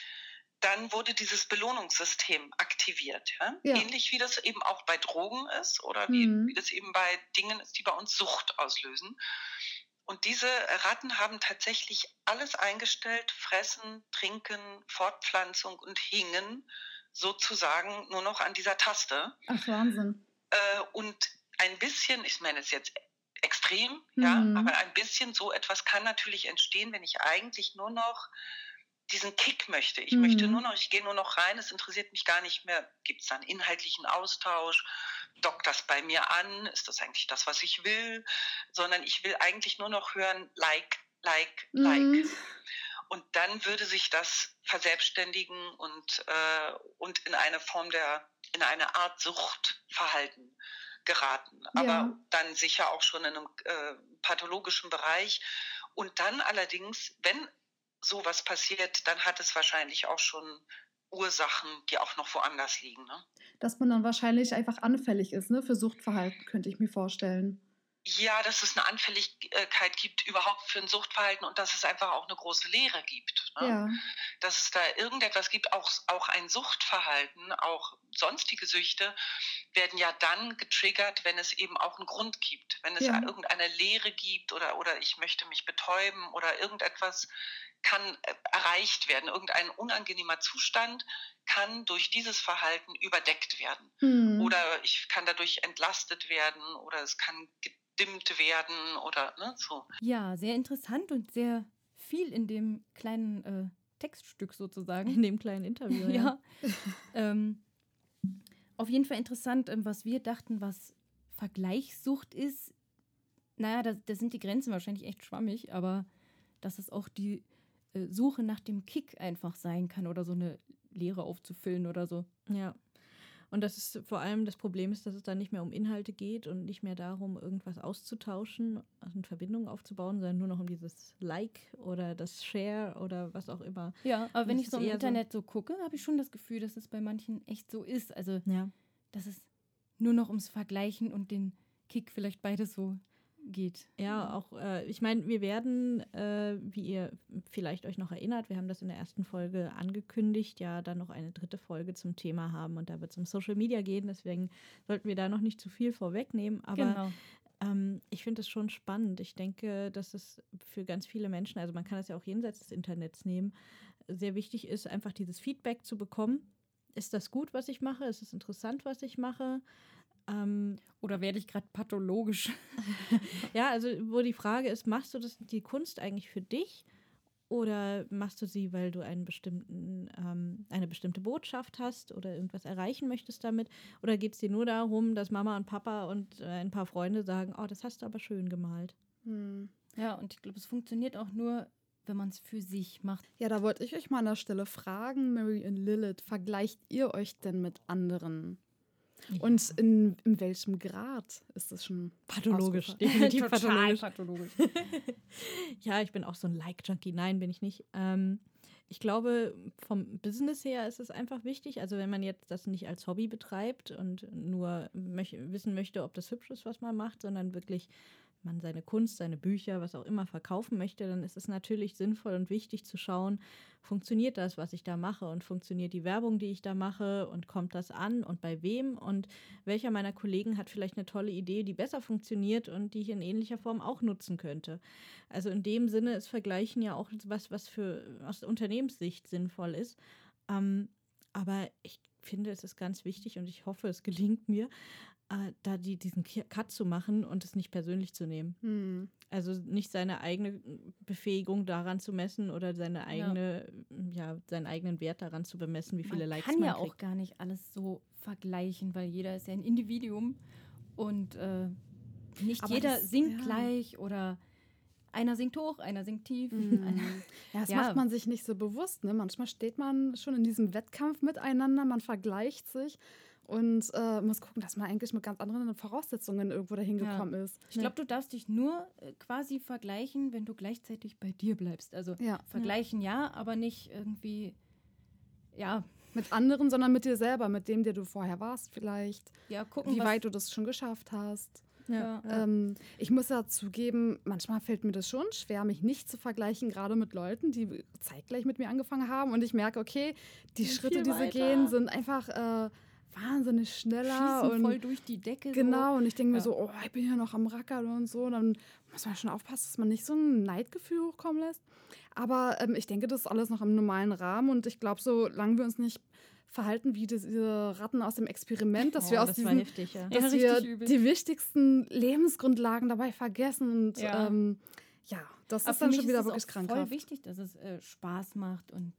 dann wurde dieses Belohnungssystem aktiviert. Ja? Ja. Ähnlich wie das eben auch bei Drogen ist oder wie, Mhm. wie das eben bei Dingen ist, die bei uns Sucht auslösen. Und diese Ratten haben tatsächlich alles eingestellt, Fressen, Trinken, Fortpflanzung und hingen sozusagen nur noch an dieser Taste. Ach, Wahnsinn. Äh, und ein bisschen, ich meine, es ist jetzt extrem, ja, Mhm. aber ein bisschen so etwas kann natürlich entstehen, wenn ich eigentlich nur noch diesen Kick möchte. Ich möchte nur Mhm. noch, ich gehe nur noch rein, es interessiert mich gar nicht mehr, gibt es da einen inhaltlichen Austausch, dockt das bei mir an, ist das eigentlich das, was ich will, sondern ich will eigentlich nur noch hören, like, like, like. Mhm. Und dann würde sich das verselbstständigen und, äh, und in eine Form der, in eine Art Suchtverhalten geraten. Ja. Aber dann sicher auch schon in einem äh, pathologischen Bereich. Und dann allerdings, wenn sowas passiert, dann hat es wahrscheinlich auch schon Ursachen, die auch noch woanders liegen. Ne? Dass man dann wahrscheinlich einfach anfällig ist, ne, für Suchtverhalten, könnte ich mir vorstellen. Ja, dass es eine Anfälligkeit gibt überhaupt für ein Suchtverhalten und dass es einfach auch eine große Leere gibt. Ne? Ja. Dass es da irgendetwas gibt, auch, auch ein Suchtverhalten, auch sonstige Süchte werden ja dann getriggert, wenn es eben auch einen Grund gibt. Wenn es Ja. irgendeine Leere gibt oder, oder ich möchte mich betäuben oder irgendetwas kann äh, erreicht werden. Irgendein unangenehmer Zustand kann durch dieses Verhalten überdeckt werden. Hm. Oder ich kann dadurch entlastet werden oder es kann gedimmt werden oder ne, so. Ja, sehr interessant und sehr viel in dem kleinen äh, Textstück sozusagen. In dem kleinen Interview. Ja. ähm, auf jeden Fall interessant, ähm, was wir dachten, was Vergleichssucht ist. Naja, da, da sind die Grenzen wahrscheinlich echt schwammig, aber dass es auch die äh, Suche nach dem Kick einfach sein kann oder so eine Leere aufzufüllen oder so. Ja. Und das ist vor allem das Problem ist, dass es dann nicht mehr um Inhalte geht und nicht mehr darum, irgendwas auszutauschen, also eine Verbindung aufzubauen, sondern nur noch um dieses Like oder das Share oder was auch immer. Ja, aber wenn Das ich so ist im eher Internet so gucke, habe ich schon das Gefühl, dass es bei manchen echt so ist. Also, Ja. dass es nur noch ums Vergleichen und den Kick vielleicht beides so geht. Ja, auch, äh, ich meine, wir werden, äh, wie ihr vielleicht euch noch erinnert, wir haben das in der ersten Folge angekündigt, ja, dann noch eine dritte Folge zum Thema haben und da wird es um Social Media gehen, deswegen sollten wir da noch nicht zu viel vorwegnehmen, aber Genau. ähm, ich finde es schon spannend. Ich denke, dass es für ganz viele Menschen, also man kann das ja auch jenseits des Internets nehmen, sehr wichtig ist, einfach dieses Feedback zu bekommen. Ist das gut, was ich mache? Ist es interessant, was ich mache? Ähm, Oder werde ich gerade pathologisch? Ja, also wo die Frage ist, machst du das, die Kunst eigentlich für dich oder machst du sie, weil du einen bestimmten, ähm, eine bestimmte Botschaft hast oder irgendwas erreichen möchtest damit? Oder geht es dir nur darum, dass Mama und Papa und äh, ein paar Freunde sagen, oh, das hast du aber schön gemalt? Hm. Ja, und ich glaube, es funktioniert auch nur, wenn man es für sich macht. Ja, da wollte ich euch mal an der Stelle fragen, Mary und Lilith, vergleicht ihr euch denn mit anderen? Und in, in welchem Grad ist das schon Pathologisch, ausgefallen? definitiv Total pathologisch. pathologisch. Ja, ich bin auch so ein Like-Junkie. Nein, bin ich nicht. Ähm, ich glaube, vom Business her ist es einfach wichtig. Also wenn man jetzt das nicht als Hobby betreibt und nur möch wissen möchte, ob das hübsch ist, was man macht, sondern wirklich man seine Kunst, seine Bücher, was auch immer verkaufen möchte, dann ist es natürlich sinnvoll und wichtig zu schauen, funktioniert das, was ich da mache und funktioniert die Werbung, die ich da mache und kommt das an und bei wem und welcher meiner Kollegen hat vielleicht eine tolle Idee, die besser funktioniert und die ich in ähnlicher Form auch nutzen könnte. Also in dem Sinne ist Vergleichen ja auch was, was für aus Unternehmenssicht sinnvoll ist. Ähm, aber ich finde, es ist ganz wichtig und ich hoffe, es gelingt mir, äh, da die, diesen Cut zu machen und es nicht persönlich zu nehmen. Hm. Also nicht seine eigene Befähigung daran zu messen oder seine eigene, ja, ja seinen eigenen Wert daran zu bemessen, wie viele Man Likes kann man ja kriegt. auch gar nicht alles so vergleichen, weil jeder ist ja ein Individuum und äh, nicht Aber jeder das- singt ja. gleich oder einer singt hoch, einer singt tief. Mhm. Ja, das Ja. macht man sich nicht so bewusst. Ne? Manchmal steht man schon in diesem Wettkampf miteinander, man vergleicht sich und äh, muss gucken, dass man eigentlich mit ganz anderen Voraussetzungen irgendwo dahin Ja. gekommen ist. Ich glaube, du darfst dich nur äh, quasi vergleichen, wenn du gleichzeitig bei dir bleibst. Also Ja. vergleichen ja, aber nicht irgendwie, ja, Mit anderen, sondern mit dir selber, mit dem, der du vorher warst vielleicht, ja gucken, wie was, weit du das schon geschafft hast. ja. Ähm, ich muss ja zugeben, manchmal fällt mir das schon schwer, mich nicht zu vergleichen, gerade mit Leuten, die zeitgleich mit mir angefangen haben. Und ich merke, okay, die Sind Schritte, viel die sie weiter. gehen, sind einfach äh, wahnsinnig schneller. schießen und voll durch die Decke. Genau, und ich denke mir Ja. so, oh, ich bin ja noch am Rackern und so. Dann muss man schon aufpassen, dass man nicht so ein Neidgefühl hochkommen lässt. Aber ähm, ich denke, das ist alles noch im normalen Rahmen. Und ich glaube, solange wir uns nicht verhalten wie diese Ratten aus dem Experiment, dass Oh, wir aus das war diesen, heftig, ja. dass Ja, wir richtig übel. die wichtigsten Lebensgrundlagen dabei vergessen. Und Ja. ähm, ja, das Aber ist für dann mich schon wieder ist es wirklich auch voll krankhaft. wichtig, dass es äh, Spaß macht und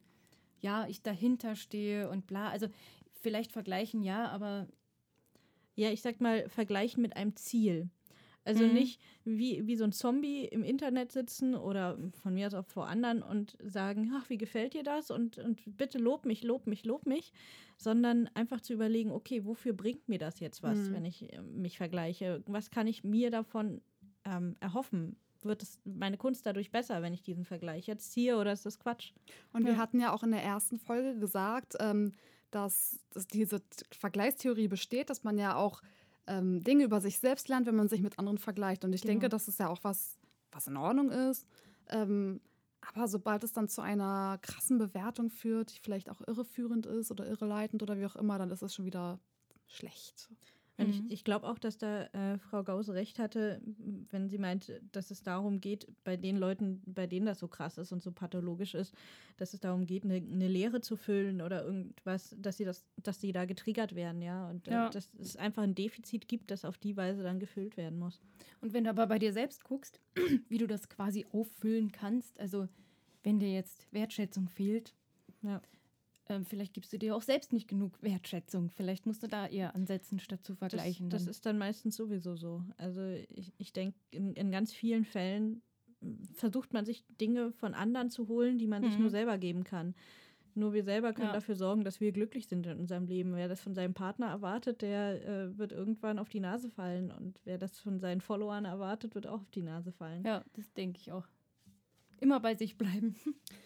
ja, ich dahinter stehe und bla. Also vielleicht vergleichen ja, aber Ja, ich sag mal, vergleichen mit einem Ziel. Also Mhm. nicht wie, wie so ein Zombie im Internet sitzen oder von mir aus auch vor anderen und sagen, ach, wie gefällt dir das? Und, und bitte lob mich, lob mich, lob mich. Sondern einfach zu überlegen, okay, wofür bringt mir das jetzt was, Mhm. wenn ich äh, mich vergleiche? Was kann ich mir davon ähm, erhoffen? wird es meine Kunst dadurch besser, wenn ich diesen Vergleich jetzt ziehe, oder ist das Quatsch? Und Ja. wir hatten ja auch in der ersten Folge gesagt, ähm, dass, dass diese T- Vergleichstheorie besteht, dass man ja auch ähm, Dinge über sich selbst lernt, wenn man sich mit anderen vergleicht. Und ich Genau. denke, das ist ja auch was, was in Ordnung ist. Ähm, aber sobald es dann zu einer krassen Bewertung führt, die vielleicht auch irreführend ist oder irreleitend oder wie auch immer, dann ist es schon wieder schlecht. Und Mhm. ich, ich glaube auch, dass da äh, Frau Gause recht hatte, m- wenn sie meint, dass es darum geht, bei den Leuten, bei denen das so krass ist und so pathologisch ist, dass es darum geht, eine, eine Leere zu füllen oder irgendwas, dass sie das, dass sie da getriggert werden, ja. Und äh, Ja. dass es einfach ein Defizit gibt, das auf die Weise dann gefüllt werden muss. Und wenn du aber bei dir selbst guckst, wie du das quasi auffüllen kannst, also wenn dir jetzt Wertschätzung fehlt, Ja. ähm, vielleicht gibst du dir auch selbst nicht genug Wertschätzung. Vielleicht musst du da eher ansetzen, statt zu vergleichen. Das, das dann. ist dann meistens sowieso so. Also ich, ich denke, in, in ganz vielen Fällen m, versucht man sich Dinge von anderen zu holen, die man sich Mhm. nur selber geben kann. Nur wir selber können Ja. dafür sorgen, dass wir glücklich sind in unserem Leben. Wer das von seinem Partner erwartet, der äh, wird irgendwann auf die Nase fallen. Und wer das von seinen Followern erwartet, wird auch auf die Nase fallen. Ja, das denke ich auch. Immer bei sich bleiben.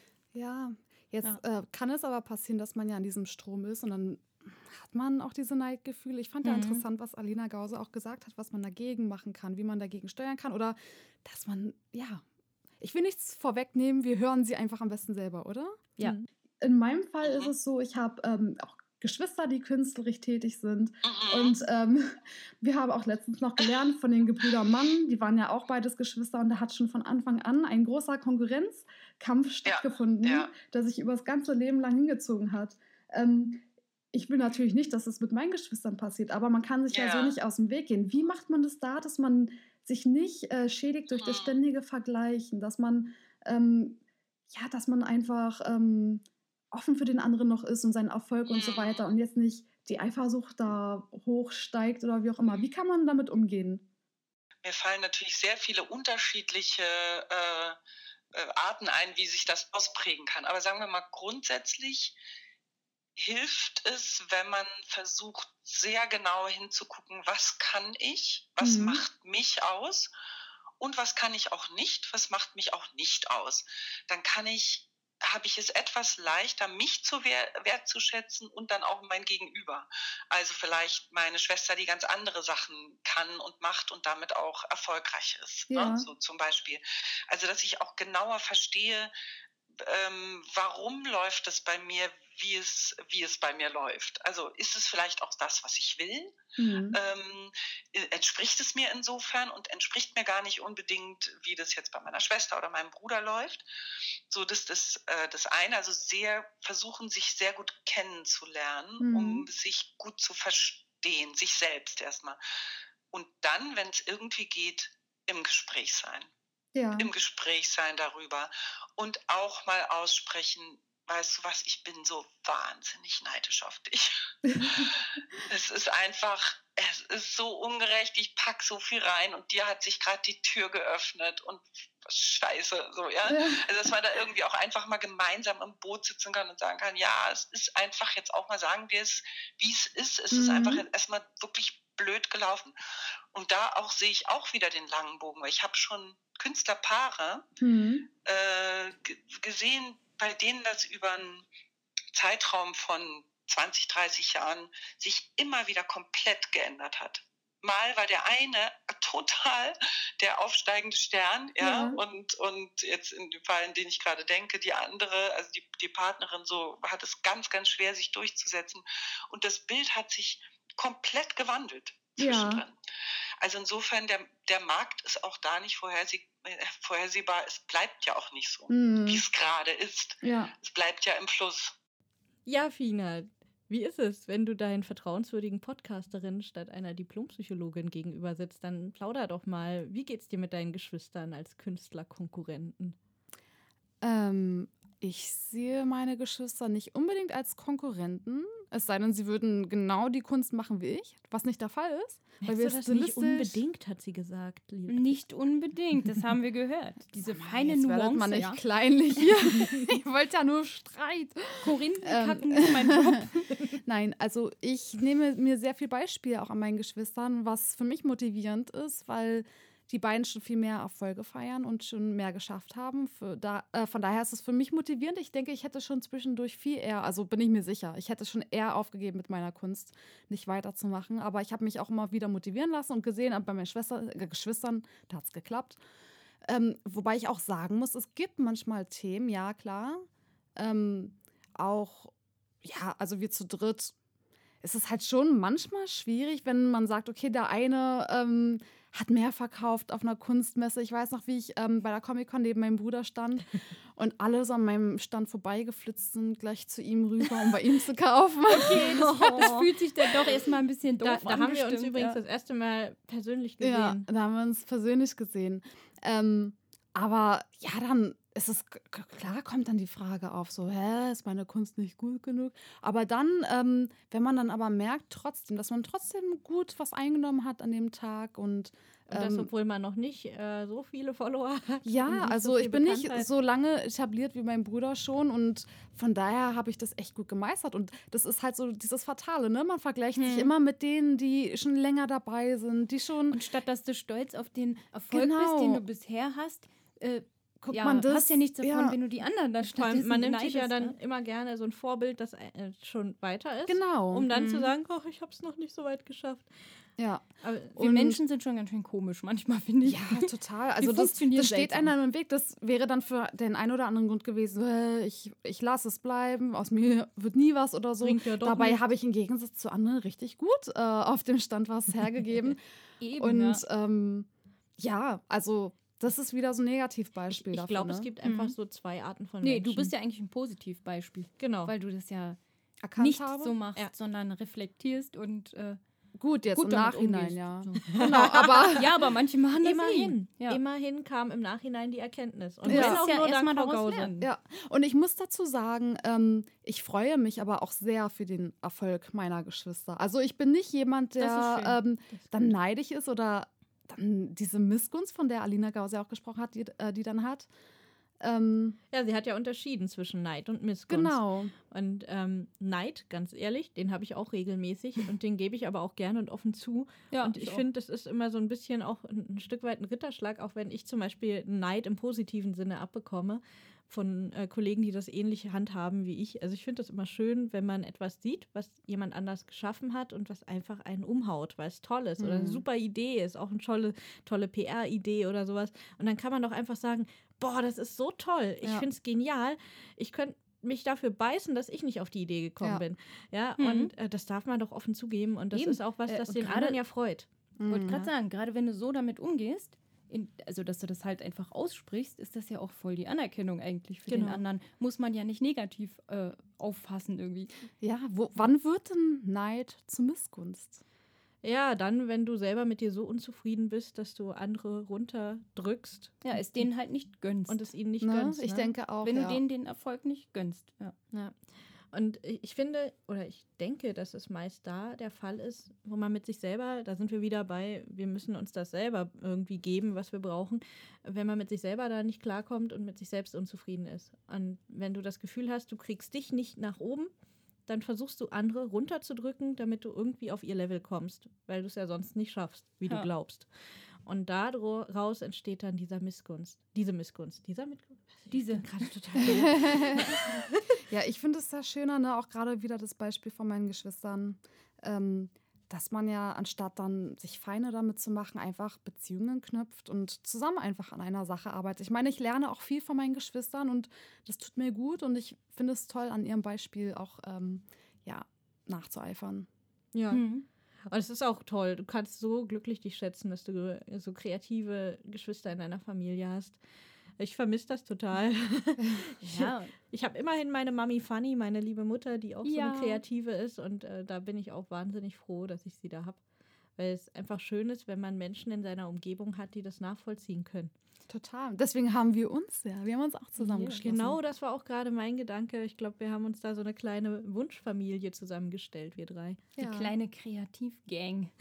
Ja, jetzt äh, kann es aber passieren, dass man ja an diesem Strom ist und dann hat man auch diese Neidgefühle. Ich fand ja Mhm. interessant, was Alina Gause auch gesagt hat, was man dagegen machen kann, wie man dagegen steuern kann oder dass man, ja, ich will nichts vorwegnehmen, wir hören sie einfach am besten selber, oder? Ja. Mhm. In meinem Fall ist es so, ich habe ähm, auch Geschwister, die künstlerisch tätig sind. Mhm. Und ähm, wir haben auch letztens noch gelernt von den Gebrüdern Mann, die waren ja auch beides Geschwister und da hat schon von Anfang an ein großer Konkurrenzkampf stattgefunden, ja. der sich über das ganze Leben lang hingezogen hat. Ähm, ich will natürlich nicht, dass es mit meinen Geschwistern passiert, aber man kann sich ja, Ja. so nicht aus dem Weg gehen. Wie macht man das da, dass man sich nicht äh, schädigt durch das Mhm. ständige Vergleichen, dass man, ähm, ja, dass man einfach ähm, offen für den anderen noch ist und seinen Erfolg und so Mhm. weiter und jetzt nicht die Eifersucht da hochsteigt oder wie auch immer. Wie kann man damit umgehen? Mir fallen natürlich sehr viele unterschiedliche äh, äh, Arten ein, wie sich das ausprägen kann. Aber sagen wir mal, grundsätzlich hilft es, wenn man versucht, sehr genau hinzugucken, was kann ich, was Mhm. macht mich aus und was kann ich auch nicht, was macht mich auch nicht aus. Dann kann ich, habe ich es etwas leichter, mich zu wer- wertzuschätzen und dann auch mein Gegenüber. Also vielleicht meine Schwester, die ganz andere Sachen kann und macht und damit auch erfolgreich ist. Ja. Ne? So zum Beispiel. Also dass ich auch genauer verstehe, ähm, warum läuft es bei mir, wie es, wie es bei mir läuft. Also ist es vielleicht auch das, was ich will? Mhm. Ähm, äh, entspricht es mir insofern und entspricht mir gar nicht unbedingt, wie das jetzt bei meiner Schwester oder meinem Bruder läuft. So, das ist äh, das eine. Also sehr versuchen, sich sehr gut kennenzulernen, Mhm. um sich gut zu verstehen, sich selbst erstmal. Und dann, wenn es irgendwie geht, im Gespräch sein. Ja. Im Gespräch sein darüber und auch mal aussprechen, weißt du was, ich bin so wahnsinnig neidisch auf dich. Es ist einfach, es ist so ungerecht, ich pack so viel rein und dir hat sich gerade die Tür geöffnet und scheiße, so, ja. Ja. Also, dass man da irgendwie auch einfach mal gemeinsam im Boot sitzen kann und sagen kann, ja, es ist einfach jetzt auch mal, sagen wir es, wie es ist. Es ist Mhm. einfach jetzt erstmal wirklich blöd gelaufen. Und da auch sehe ich auch wieder den langen Bogen, weil ich habe schon Künstlerpaare Mhm. äh, g- gesehen, bei denen das über einen Zeitraum von zwanzig, dreißig Jahren sich immer wieder komplett geändert hat. Mal war der eine total der aufsteigende Stern, ja, Ja. und, und jetzt in dem Fall, in den ich gerade denke, die andere, also die, die Partnerin, so hat es ganz, ganz schwer, sich durchzusetzen. Und das Bild hat sich komplett gewandelt Ja. zwischendrin. Also insofern, der, der Markt ist auch da nicht vorherseh, äh, vorhersehbar. Es bleibt ja auch nicht so, wie Mhm. es gerade ist. Ja. Es bleibt ja im Fluss. Ja, Fina, wie ist es, wenn du deinen vertrauenswürdigen Podcasterin statt einer Diplompsychologin gegenüber sitzt? Dann plauder doch mal. Wie geht's dir mit deinen Geschwistern als Künstlerkonkurrenten? Ähm, ich sehe meine Geschwister nicht unbedingt als Konkurrenten, es sei denn, sie würden genau die Kunst machen wie ich, was nicht der Fall ist. Weil wir Merkst du das nicht stilistisch- unbedingt, hat sie gesagt. Lieb. Nicht unbedingt, das haben wir gehört. Diese feine Jetzt werdet Nuance, man nicht ja. kleinlich hier. Ich wollte ja nur Streit. Korinthenkacken Ähm, ist mein Job. Nein, also ich nehme mir sehr viel Beispiel auch an meinen Geschwistern, was für mich motivierend ist, weil die beiden schon viel mehr Erfolge feiern und schon mehr geschafft haben. Für da, äh, von daher ist es für mich motivierend. Ich denke, ich hätte schon zwischendurch viel eher, also bin ich mir sicher, ich hätte schon eher aufgegeben mit meiner Kunst, nicht weiterzumachen. Aber ich habe mich auch immer wieder motivieren lassen und gesehen, bei meinen Schwester, äh, Geschwistern, da hat es geklappt. Ähm, wobei ich auch sagen muss, es gibt manchmal Themen, ja klar, ähm, auch, ja, also wir zu dritt, es ist halt schon manchmal schwierig, wenn man sagt, okay, der eine ähm, hat mehr verkauft auf einer Kunstmesse. Ich weiß noch, wie ich ähm, bei der Comic-Con neben meinem Bruder stand und alle so an meinem Stand vorbeigeflitzt sind, gleich zu ihm rüber, um bei ihm zu kaufen. Okay, das, das fühlt sich dann doch erstmal ein bisschen Da, doof da an. haben wir uns bestimmt, übrigens ja. das erste Mal persönlich gesehen. Ja, da haben wir uns persönlich gesehen. Ähm, aber ja, dann ist es, k- k- klar kommt dann die Frage auf, so, hä, ist meine Kunst nicht gut genug? Aber dann, ähm, wenn man dann aber merkt trotzdem, dass man trotzdem gut was eingenommen hat an dem Tag und Und das, ähm, obwohl man noch nicht äh, so viele Follower hat. und ja, nicht also so viel ich bin nicht Bekanntheit. so lange etabliert wie mein Bruder schon und von daher habe ich das echt gut gemeistert und das ist halt so dieses Fatale, ne? Man vergleicht sich Hm. immer mit denen, die schon länger dabei sind, die schon, Und statt dass du stolz auf den Erfolg Genau. bist, den du bisher hast, äh, guckt ja, man das, hast ja nichts davon, ja, wenn du die anderen da Vor allem, stattdessen man nimmt sich ja beneidest, dann ne? immer gerne so ein Vorbild, das äh, schon weiter ist. genau, Um dann zu Mhm. sagen, ach, ich habe es noch nicht so weit geschafft. ja. Aber Wir Und- Menschen sind schon ganz schön komisch manchmal, finde ich. Ja, total. Also das, funktionieren das steht seltsam. einem im Weg. Das wäre dann für den einen oder anderen Grund gewesen, äh, ich, ich lasse es bleiben, aus mir wird nie was oder so. bringt ja doch Dabei nichts. habe ich im Gegensatz zu anderen richtig gut äh, auf dem Stand was hergegeben. Eben, Und ja. ähm, ja, also das ist wieder so ein Negativbeispiel Ich dafür. glaube, ne? es gibt einfach Mhm. so zwei Arten von Nee, Menschen. du bist ja eigentlich ein Positivbeispiel, Genau. weil du das ja erkannt nicht habe. so machst, Ja. sondern reflektierst und äh, Gut, jetzt gut im damit Nachhinein, umgehst. ja. So. Genau, aber Ja, aber manche machen das Immerhin, nie. Ja. immerhin kam im Nachhinein die Erkenntnis. Und Du wenn musst auch ja nur erst dank mal Frau daraus Gause. lernen. ja, und ich muss dazu sagen, ähm, ich freue mich aber auch sehr für den Erfolg meiner Geschwister. Also ich bin nicht jemand, Das ist der schön. ähm, Das ist dann gut. neidisch ist oder dann diese Missgunst, von der Alina Gause auch gesprochen hat, die, äh, die dann hat. Ähm, Ja, sie hat ja unterschieden zwischen Neid und Missgunst. genau. Und ähm, Neid, ganz ehrlich, den habe ich auch regelmäßig und den gebe ich aber auch gerne und offen zu. Ja, und ich auch. finde, das ist immer so ein bisschen auch ein, ein Stück weit ein Ritterschlag, auch wenn ich zum Beispiel Neid im positiven Sinne abbekomme von äh, Kollegen, die das ähnlich handhaben wie ich. Also ich finde das immer schön, wenn man etwas sieht, was jemand anders geschaffen hat und was einfach einen umhaut, weil es toll ist oder eine Mhm. super Idee ist, auch eine tolle, tolle P R-Idee oder sowas. Und dann kann man doch einfach sagen, boah, das ist so toll, ich Ja. finde es genial, ich könnte mich dafür beißen, dass ich nicht auf die Idee gekommen Ja. bin. Ja, Mhm. und äh, das darf man doch offen zugeben und das Eben. ist auch was, Äh, das und den gerade- anderen ja freut. Ich wollte Mhm. gerade sagen, gerade wenn du so damit umgehst, in, also dass du das halt einfach aussprichst, ist das ja auch voll die Anerkennung eigentlich für den Genau. anderen. Muss man ja nicht negativ äh, auffassen irgendwie. Ja, wo, wann wird denn Neid zu Missgunst? Ja, dann, wenn du selber mit dir so unzufrieden bist, dass du andere runterdrückst Ja, es denen halt nicht gönnst. und es ihnen nicht Ne? gönnst. Ich ne? denke auch. wenn du ja. denen den Erfolg nicht gönnst. Ja. Ja. Und ich ich finde, oder ich denke, dass es meist da der Fall ist, wo man mit sich selber, da sind wir wieder bei, wir müssen uns das selber irgendwie geben, was wir brauchen, wenn man mit sich selber da nicht klarkommt und mit sich selbst unzufrieden ist. Und wenn du das Gefühl hast, du kriegst dich nicht nach oben, dann versuchst du andere runterzudrücken, damit du irgendwie auf ihr Level kommst, weil du es ja sonst nicht schaffst, wie Ja. du glaubst. Und daraus entsteht dann dieser Missgunst, diese Missgunst, dieser Missgunst. Diese. Ich bin gerade total Ja, ich finde es sehr schöner, ne? Auch gerade wieder das Beispiel von meinen Geschwistern, ähm, dass man ja, anstatt dann sich Feinde damit zu machen, einfach Beziehungen knüpft und zusammen einfach an einer Sache arbeitet. Ich meine, ich lerne auch viel von meinen Geschwistern und das tut mir gut und ich finde es toll, an ihrem Beispiel auch ähm, ja, nachzueifern. Ja. Mhm. Und es ist auch toll. Du kannst so glücklich dich schätzen, dass du so kreative Geschwister in deiner Familie hast. Ich vermisse das total. Ja, Ich habe immerhin meine Mami Fanny, meine liebe Mutter, die auch so Ja. eine Kreative ist. Und äh, da bin ich auch wahnsinnig froh, dass ich sie da habe. Weil es einfach schön ist, wenn man Menschen in seiner Umgebung hat, die das nachvollziehen können. Total. Deswegen haben wir uns ja, wir haben uns auch zusammengeschlossen. Genau, das war auch gerade mein Gedanke. Ich glaube, wir haben uns da so eine kleine Wunschfamilie zusammengestellt, wir drei. die Ja. kleine Kreativgang.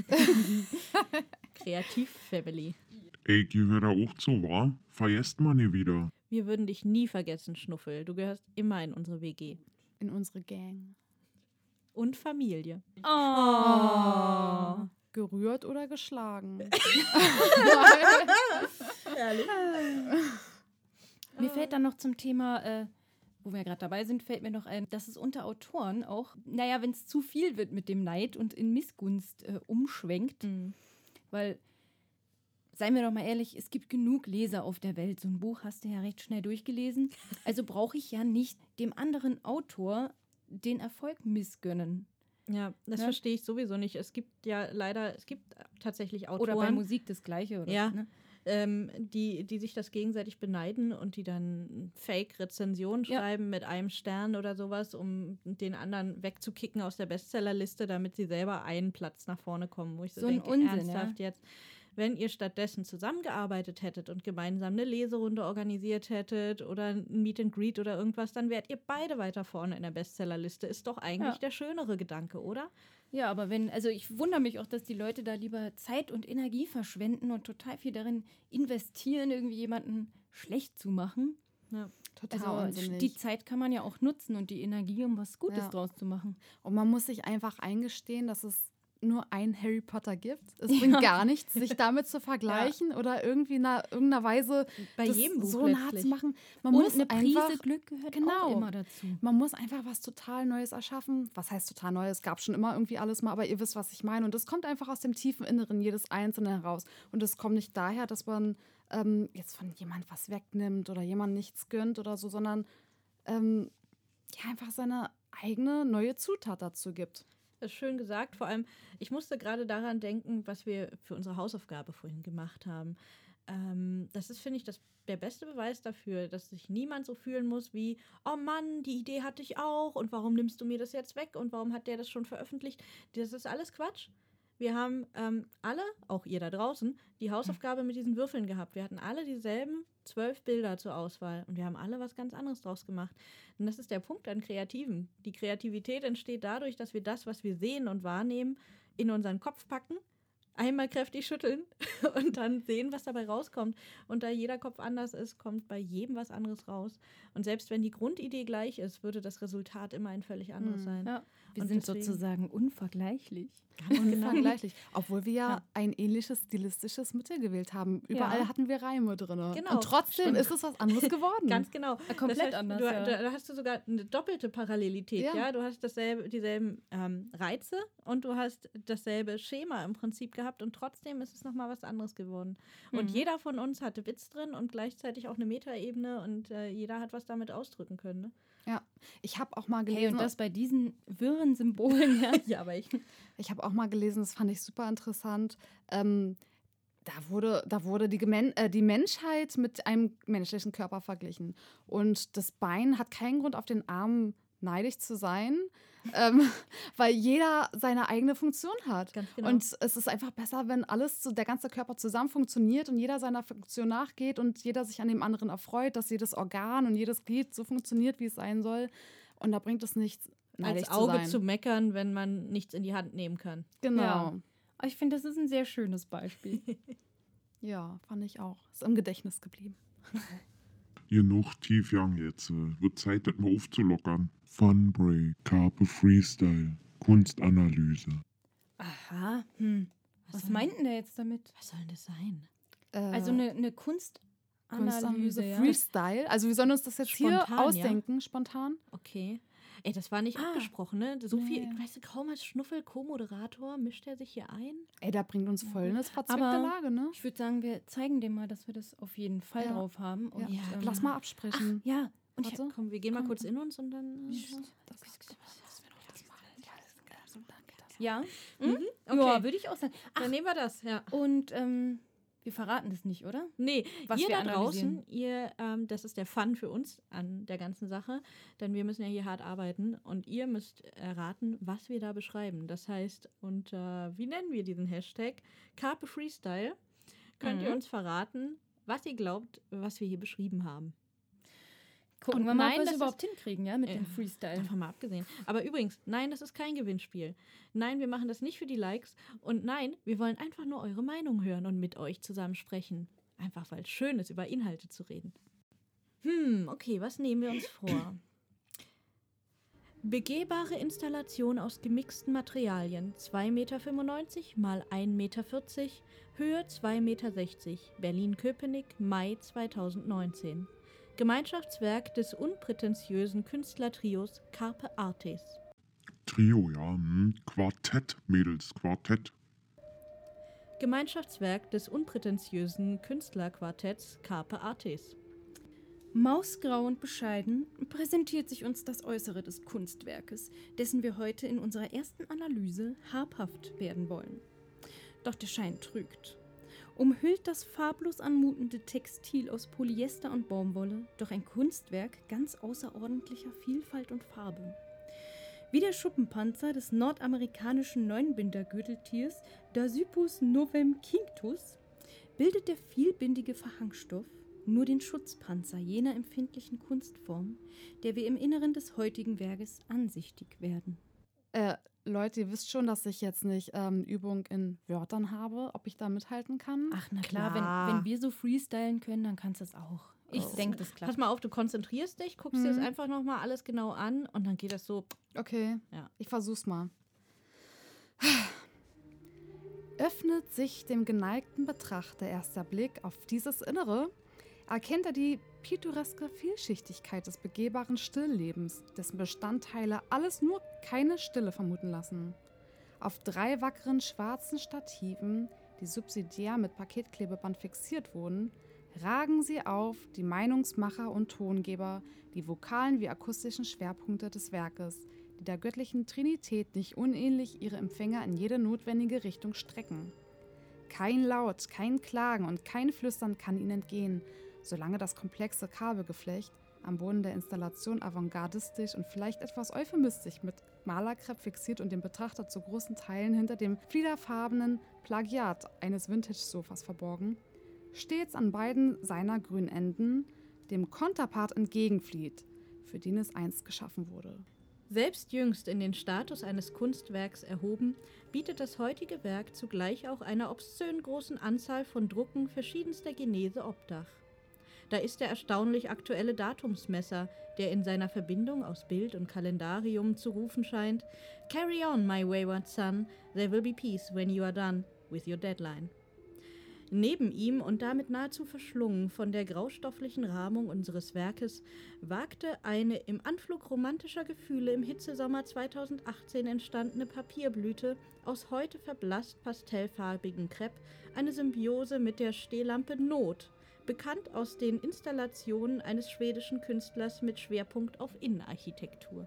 Kreativ-Family. Ey, gehört da auch zu, wa? Vergesst man nie wieder. Wir würden dich nie vergessen, Schnuffel. Du gehörst immer in unsere W G. In unsere Gang. Und Familie. Oh. gerührt oder geschlagen. Ehrlich? Mir fällt dann noch zum Thema, äh, wo wir gerade dabei sind, fällt mir noch ein, dass es unter Autoren auch, naja, wenn es zu viel wird mit dem Neid und in Missgunst äh, umschwenkt, Mhm. weil, seien wir doch mal ehrlich, es gibt genug Leser auf der Welt. So ein Buch hast du ja recht schnell durchgelesen. Also brauche ich ja nicht dem anderen Autor den Erfolg missgönnen. Ja, das Ne? verstehe ich sowieso nicht. Es gibt ja leider, es gibt tatsächlich Autoren, Oder bei Musik das Gleiche. Oder, Ja. ne? ähm, die, die sich das gegenseitig beneiden und die dann Fake-Rezensionen Ja. schreiben mit einem Stern oder sowas, um den anderen wegzukicken aus der Bestsellerliste, damit sie selber einen Platz nach vorne kommen, wo ich so, So ein denke, Unsinn, ernsthaft jetzt. Wenn ihr stattdessen zusammengearbeitet hättet und gemeinsam eine Leserunde organisiert hättet oder ein Meet and Greet oder irgendwas, dann wärt ihr beide weiter vorne in der Bestsellerliste. Ist doch eigentlich Ja. der schönere Gedanke, oder? Ja, aber wenn, also ich wundere mich auch, dass die Leute da lieber Zeit und Energie verschwenden und total viel darin investieren, irgendwie jemanden schlecht zu machen. Total Also unsinnig. die Zeit kann man ja auch nutzen und die Energie, um was Gutes Ja. draus zu machen. Und man muss sich einfach eingestehen, dass es nur einen Harry Potter gibt. Es bringt gar nichts, sich damit zu vergleichen oder irgendwie in einer, irgendeiner Weise Bei das jedem Buch so nah letztlich. zu machen. Man Und muss eine Prise einfach, Glück gehört Genau. auch immer dazu. man muss einfach was total Neues erschaffen. Was heißt total Neues? Es gab schon immer irgendwie alles mal, aber ihr wisst, was ich meine. Und das kommt einfach aus dem tiefen Inneren jedes Einzelnen heraus. Und es kommt nicht daher, dass man ähm, jetzt von jemand was wegnimmt oder jemand nichts gönnt oder so, sondern ähm, ja, einfach seine eigene neue Zutat dazu gibt. Das ist schön gesagt. Vor allem, ich musste gerade daran denken, was wir für unsere Hausaufgabe vorhin gemacht haben. Ähm, das ist, finde ich, das, der beste Beweis dafür, dass sich niemand so fühlen muss wie, oh Mann, die Idee hatte ich auch und warum nimmst du mir das jetzt weg und warum hat der das schon veröffentlicht? Das ist alles Quatsch. Wir haben ähm, alle, auch ihr da draußen, die Hausaufgabe mit diesen Würfeln gehabt. Wir hatten alle dieselben zwölf Bilder zur Auswahl und wir haben alle was ganz anderes draus gemacht. Und das ist der Punkt an Kreativen. Die Kreativität entsteht dadurch, dass wir das, was wir sehen und wahrnehmen, in unseren Kopf packen, einmal kräftig schütteln und dann sehen, was dabei rauskommt. Und da jeder Kopf anders ist, kommt bei jedem was anderes raus. Und selbst wenn die Grundidee gleich ist, würde das Resultat immer ein völlig anderes Mhm. sein. Ja, wir Und sind deswegen- sozusagen unvergleichlich. Ganz Unvergleichlich. Obwohl wir ja, Ja. ein ähnliches stilistisches Mittel gewählt haben. Überall Ja. hatten wir Reime drin. Genau, Und trotzdem stimmt. ist es was anderes geworden. Ganz genau. komplett das heißt, anders, Du, ja. da, da hast du sogar eine doppelte Parallelität. Ja. Ja. Du hast dasselbe, dieselben ähm, Reize und du hast dasselbe Schema im Prinzip gehabt und trotzdem ist es nochmal was anderes geworden. Und Mhm. jeder von uns hatte Witz drin und gleichzeitig auch eine Metaebene und äh, jeder hat was damit ausdrücken können. Ne? Ja. Ich habe auch mal Hey, gelesen, und das bei diesen wirren Symbolen, ja. Ja, aber ich. ich habe auch mal gelesen, das fand ich super interessant. Ähm, da wurde, da wurde die, Gemen äh, die Menschheit mit einem menschlichen Körper verglichen. Und das Bein hat keinen Grund, auf den Arm neidisch zu sein, ähm, weil jeder seine eigene Funktion hat. Ganz genau. Und es ist einfach besser, wenn alles, so, der ganze Körper zusammen funktioniert und jeder seiner Funktion nachgeht und jeder sich an dem anderen erfreut, dass jedes Organ und jedes Glied so funktioniert, wie es sein soll. Und da bringt es nichts, neidisch Als Auge zu sein. zu meckern, wenn man nichts in die Hand nehmen kann. Genau. Ja. Ja. Aber ich finde, das ist ein sehr schönes Beispiel. fand ich auch. Ist im Gedächtnis geblieben. Ihr noch tief young jetzt. äh, Wird Zeit, das mal aufzulockern. Fun Break, Carpe Freestyle, Kunstanalyse. Aha, hm. Was soll- meint denn der jetzt damit? Was soll denn das sein? Äh, Also eine, eine Kunstanalyse, Kunstanalyse, ja. Freestyle. Also wir sollen uns das jetzt hier Spontan, ja? ausdenken, spontan. Okay. Ey, das war nicht Ah. abgesprochen, ne? So viel, Nee. weißt du, kaum als Schnuffel Co-Moderator mischt er sich hier ein. Ey, da bringt uns voll in das verzwickte Aber Lage, ne? Ich würde sagen, wir zeigen dem mal, dass wir das auf jeden Fall Ja. drauf haben. Und, Ja. ähm, Lass mal absprechen. Ja, und ich, Warte. Komm, wir gehen mal Komm. kurz in uns und dann. Äh, ja, Mhm. ja, Okay, würde ich auch sagen. Ach, dann nehmen wir das, ja. und ähm, wir verraten das nicht, oder? Nee, Was ihr wir da draußen, analysieren. ihr, ähm, das ist der Fun für uns an der ganzen Sache, denn wir müssen ja hier hart arbeiten und ihr müsst erraten, was wir da beschreiben. Das heißt, unter, wie nennen wir diesen Hashtag? Carpe Freestyle, könnt ihr Mhm. uns verraten, was ihr glaubt, was wir hier beschrieben haben. Gucken Und wir mal, nein, ob wir das es ist- überhaupt hinkriegen, ja, mit Ja. dem Freestyle. Einfach mal abgesehen. Aber übrigens, nein, das ist kein Gewinnspiel. Nein, wir machen das nicht für die Likes. Und nein, wir wollen einfach nur eure Meinung hören und mit euch zusammen sprechen. Einfach weil es schön ist, über Inhalte zu reden. Hm, okay, was nehmen wir uns vor? Begehbare Installation aus gemixten Materialien, zwei Meter fünfundneunzig mal ein Meter vierzig, Höhe zwei Meter sechzig, Berlin-Köpenick, Mai zweitausendneunzehn. Gemeinschaftswerk des unprätentiösen Künstlertrios Carpe Artes. Trio, ja. Hm. Quartett, Mädels, Quartett. Gemeinschaftswerk des unprätentiösen Künstlerquartetts Carpe Artes. Mausgrau und bescheiden präsentiert sich uns das Äußere des Kunstwerkes, dessen wir heute in unserer ersten Analyse habhaft werden wollen. Doch der Schein trügt. Umhüllt das farblos anmutende Textil aus Polyester und Baumwolle doch ein Kunstwerk ganz außerordentlicher Vielfalt und Farbe. Wie der Schuppenpanzer des nordamerikanischen Neunbinder-Gürteltiers Dasypus novem quinctus bildet der vielbindige Verhangstoff nur den Schutzpanzer jener empfindlichen Kunstform, der wir im Inneren des heutigen Werkes ansichtig werden. Äh, Leute, ihr wisst schon, dass ich jetzt nicht ähm, Übung in Wörtern habe, ob ich da mithalten kann. Ach, na klar, Klar. Wenn, wenn wir so freestylen können, dann kannst du es auch. Ich Oh. denke, das klappt. Pass mal auf, du konzentrierst dich, guckst dir Mhm. das einfach nochmal alles genau an und dann geht das so. Okay, Ja. ich versuch's mal. Öffnet sich dem geneigten Betrachter erst der Blick auf dieses Innere, erkennt er die pittoreske Vielschichtigkeit des begehbaren Stilllebens, dessen Bestandteile alles nur keine Stille vermuten lassen. Auf drei wackeren schwarzen Stativen, die subsidiär mit Paketklebeband fixiert wurden, ragen sie auf, die Meinungsmacher und Tongeber, die vokalen wie akustischen Schwerpunkte des Werkes, die der göttlichen Trinität nicht unähnlich ihre Empfänger in jede notwendige Richtung strecken. Kein Laut, kein Klagen und kein Flüstern kann ihnen entgehen, solange das komplexe Kabelgeflecht am Boden der Installation avantgardistisch und vielleicht etwas euphemistisch mit Malerkrepp fixiert und den Betrachter zu großen Teilen hinter dem fliederfarbenen Plagiat eines Vintage-Sofas verborgen, stets an beiden seiner grünen Enden dem Konterpart entgegenflieht, für den es einst geschaffen wurde. Selbst jüngst in den Status eines Kunstwerks erhoben, bietet das heutige Werk zugleich auch einer obszön großen Anzahl von Drucken verschiedenster Genese Obdach. Da ist der erstaunlich aktuelle Datumsmesser, der in seiner Verbindung aus Bild und Kalendarium zu rufen scheint: Carry on, my wayward son, there will be peace when you are done with your deadline. Neben ihm und damit nahezu verschlungen von der graustofflichen Rahmung unseres Werkes wagte eine im Anflug romantischer Gefühle im Hitzesommer zweitausendachtzehn entstandene Papierblüte aus heute verblasst pastellfarbigen Krepp eine Symbiose mit der Stehlampe Not, bekannt aus den Installationen eines schwedischen Künstlers mit Schwerpunkt auf Innenarchitektur.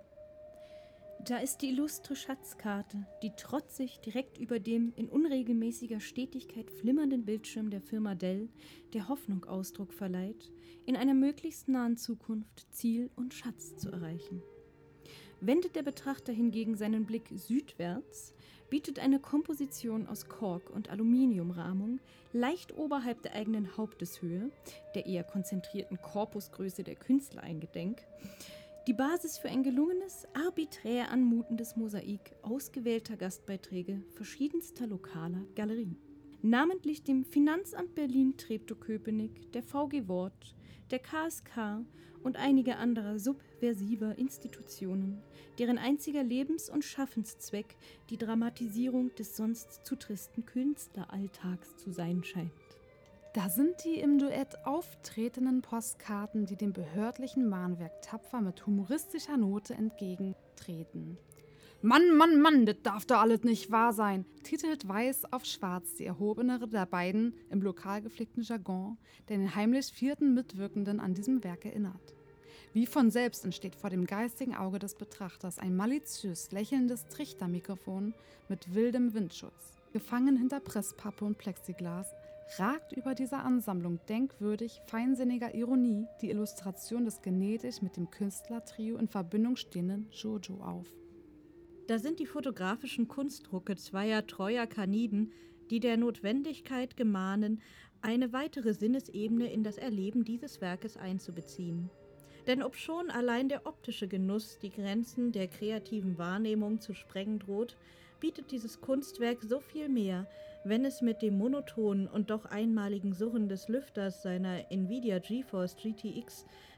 Da ist die illustre Schatzkarte, die trotzig direkt über dem in unregelmäßiger Stetigkeit flimmernden Bildschirm der Firma Dell der Hoffnung Ausdruck verleiht, in einer möglichst nahen Zukunft Ziel und Schatz zu erreichen. Wendet der Betrachter hingegen seinen Blick südwärts, bietet eine Komposition aus Kork- und Aluminiumrahmung leicht oberhalb der eigenen Haupteshöhe, der eher konzentrierten Korpusgröße der Künstler eingedenk, die Basis für ein gelungenes, arbiträr anmutendes Mosaik ausgewählter Gastbeiträge verschiedenster lokaler Galerien. Namentlich dem Finanzamt Berlin-Treptow-Köpenick, der V G Wort, der K S K und einiger anderer subversiver Institutionen, deren einziger Lebens- und Schaffenszweck die Dramatisierung des sonst zu tristen Künstleralltags zu sein scheint. Da sind die im Duett auftretenden Postkarten, die dem behördlichen Mahnwerk tapfer mit humoristischer Note entgegentreten. »Mann, Mann, Mann, das darf doch alles nicht wahr sein«, titelt weiß auf schwarz die erhobenere der beiden im lokal gepflegten Jargon, der den heimlich vierten Mitwirkenden an diesem Werk erinnert. Wie von selbst entsteht vor dem geistigen Auge des Betrachters ein maliziös lächelndes Trichtermikrofon mit wildem Windschutz. Gefangen hinter Presspappe und Plexiglas ragt über dieser Ansammlung denkwürdig feinsinniger Ironie die Illustration des genetisch mit dem Künstlertrio in Verbindung stehenden Jojo auf. Da sind die fotografischen Kunstdrucke zweier treuer Kaniden, die der Notwendigkeit gemahnen, eine weitere Sinnesebene in das Erleben dieses Werkes einzubeziehen. Denn obschon allein der optische Genuss die Grenzen der kreativen Wahrnehmung zu sprengen droht, bietet dieses Kunstwerk so viel mehr, wenn es mit dem monotonen und doch einmaligen Surren des Lüfters seiner Nvidia GeForce G T X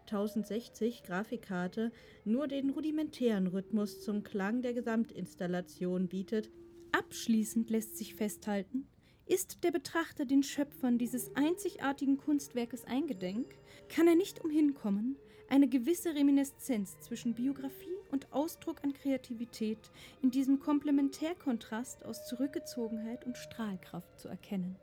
tausendsechzig Grafikkarte nur den rudimentären Rhythmus zum Klang der Gesamtinstallation bietet. Abschließend lässt sich festhalten, ist der Betrachter den Schöpfern dieses einzigartigen Kunstwerkes eingedenk, kann er nicht umhin kommen, eine gewisse Reminiszenz zwischen Biografie und Ausdruck an Kreativität in diesem Komplementärkontrast aus Zurückgezogenheit und Strahlkraft zu erkennen.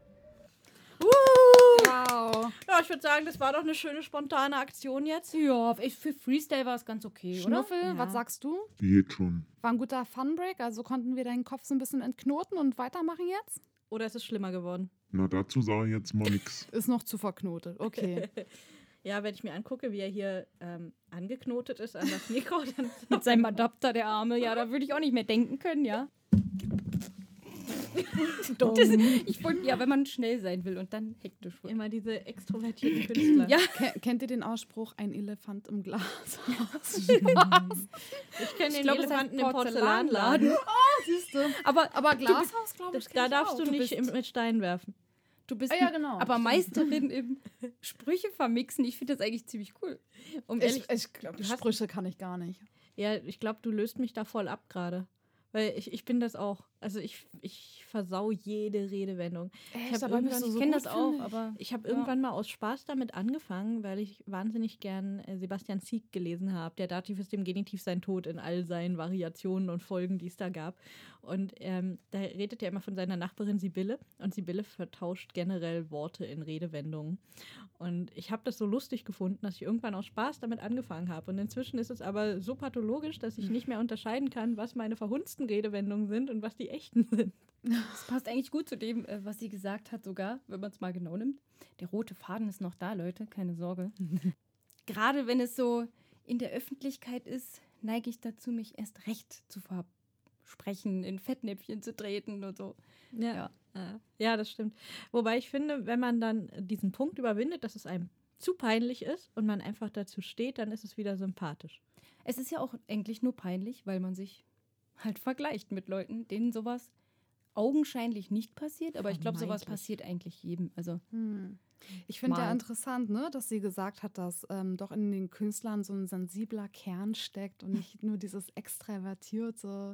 Wow. Ja, ich würde sagen, das war doch eine schöne spontane Aktion jetzt. Ja, für Freestyle war es ganz okay, Schnuffel, oder? was sagst du? Geht schon. War ein guter Funbreak, also konnten wir deinen Kopf so ein bisschen entknoten und weitermachen jetzt? Oder ist es schlimmer geworden? Na, dazu sage ich jetzt mal nix. Ist noch zu verknotet, okay. Ja, wenn ich mir angucke, wie er hier ähm, angeknotet ist an das Mikro, dann Mit seinem Adapter, der Arme, ja, da würde ich auch nicht mehr denken können, ja. Das, ich wollte, ja, wenn man schnell sein will und dann hektisch wird. immer diese extrovertierten Künstler. Ja, Ke- Kennt ihr den Ausspruch, ein Elefant im Glas? Ich kenne Ich den glaub, das Elefanten heißt im Porzellanladen. Siehst du. aber, Aber Glashaus, glaube ich, Das, kenn da ich darfst auch. du Du nicht bist- im, mit Steinen werfen. du bist Ah, ja, genau. aber Meisterin im Sprüche vermixen. Ich finde das eigentlich ziemlich cool. Um Ich, ehrlich, ich glaube, du hast- Sprüche kann ich gar nicht. ja, ich glaube, du löst mich da voll ab gerade. Weil ich, ich bin das auch. Also ich, ich versau jede Redewendung. Echt, hab aber bist irgendwann- du Ich so kenne gut, das auch, finde ich. aber Ich habe Ja. irgendwann mal aus Spaß damit angefangen, weil ich wahnsinnig gern äh, Sebastian Zieg gelesen habe. Der Dativ ist dem Genitiv sein Tod in all seinen Variationen und Folgen, die es da gab. Und ähm, da redet er immer von seiner Nachbarin Sibylle. Und Sibylle vertauscht generell Worte in Redewendungen. Und ich habe das so lustig gefunden, dass ich irgendwann aus Spaß damit angefangen habe. Und inzwischen ist es aber so pathologisch, dass ich nicht mehr unterscheiden kann, was meine verhunzten Redewendungen sind und was die echten sind. das passt eigentlich gut zu dem, äh, was sie gesagt hat, sogar, wenn man es mal genau nimmt. Der rote Faden ist noch da, Leute, keine Sorge. Gerade wenn es so in der Öffentlichkeit ist, neige ich dazu, mich erst recht zu versprechen, in Fettnäpfchen zu treten und so. Ja. Ja. Ja. ja, das stimmt. Wobei ich finde, wenn man dann diesen Punkt überwindet, dass es einem zu peinlich ist und man einfach dazu steht, dann ist es wieder sympathisch. Es ist ja auch eigentlich nur peinlich, weil man sich halt vergleicht mit Leuten, denen sowas augenscheinlich nicht passiert, aber ich glaube, sowas Vermeintlich. passiert eigentlich jedem. Also Hm. Ich finde ja Mal. interessant, ne, dass sie gesagt hat, dass ähm, doch in den Künstlern so ein sensibler Kern steckt und nicht nur dieses extravertierte.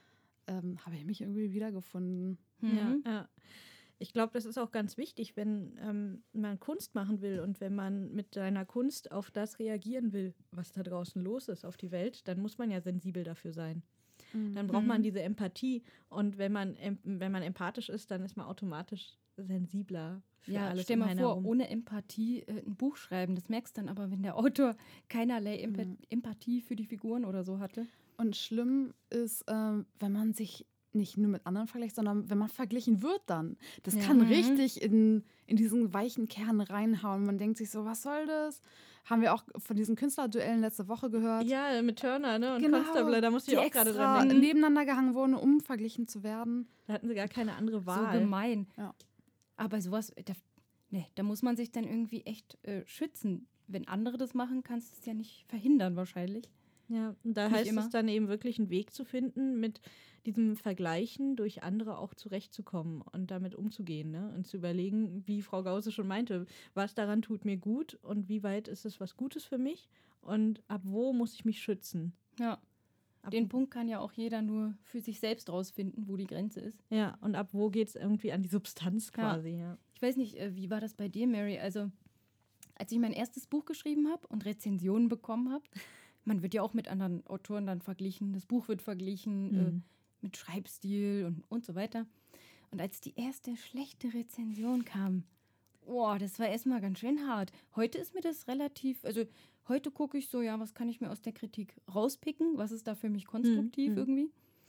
Ähm, Habe ich mich irgendwie wiedergefunden. mhm. Ja, ja. Ich glaube, das ist auch ganz wichtig, wenn ähm, man Kunst machen will und wenn man mit seiner Kunst auf das reagieren will, was da draußen los ist, auf die Welt, dann muss man ja sensibel dafür sein. Dann braucht man Mhm. diese Empathie. Und wenn man, em- wenn man empathisch ist, dann ist man automatisch sensibler für Ja, alles stell um mal einen vor, herum. ohne Empathie äh, ein Buch schreiben. Das merkst dann aber, wenn der Autor keinerlei Empa Mhm. Empathie für die Figuren oder so hatte. Und schlimm ist, ähm, wenn man sich nicht nur mit anderen vergleicht, sondern wenn man verglichen wird dann. Das Ja. kann Mhm. richtig in, in diesen weichen Kern reinhauen. Man denkt sich so, was soll das? Haben wir auch von diesen Künstlerduellen letzte Woche gehört. Ja, mit Turner, ne? Und Genau, Constable, da musste ich die auch gerade extra dran denken. nebeneinander gehangen wurden, um verglichen zu werden. Da hatten sie gar keine andere So Wahl. gemein. Ja. Aber sowas, da, nee, da muss man sich dann irgendwie echt äh, schützen. Wenn andere das machen, kannst du es ja nicht verhindern wahrscheinlich. Ja, und da Nicht heißt immer. es dann eben wirklich einen Weg zu finden, mit diesem Vergleichen durch andere auch zurechtzukommen und damit umzugehen, ne? Und zu überlegen, wie Frau Gause schon meinte, was daran tut mir gut und wie weit ist es was Gutes für mich und ab wo muss ich mich schützen. Ja. Ab Den Punkt kann ja auch jeder nur für sich selbst rausfinden, wo die Grenze ist. Ja, und ab wo geht es irgendwie an die Substanz Ja. quasi, ja. Ich weiß nicht, äh, wie war das bei dir, Mary? Also, als ich mein erstes Buch geschrieben habe und Rezensionen bekommen habe, man wird ja auch mit anderen Autoren dann verglichen, das Buch wird verglichen äh, Mhm. mit Schreibstil und, und so weiter. Und als die erste schlechte Rezension kam, boah, das war erstmal ganz schön hart. Heute ist mir das relativ, also heute gucke ich so, ja, was kann ich mir aus der Kritik rauspicken? Was ist da für mich konstruktiv Mhm. irgendwie?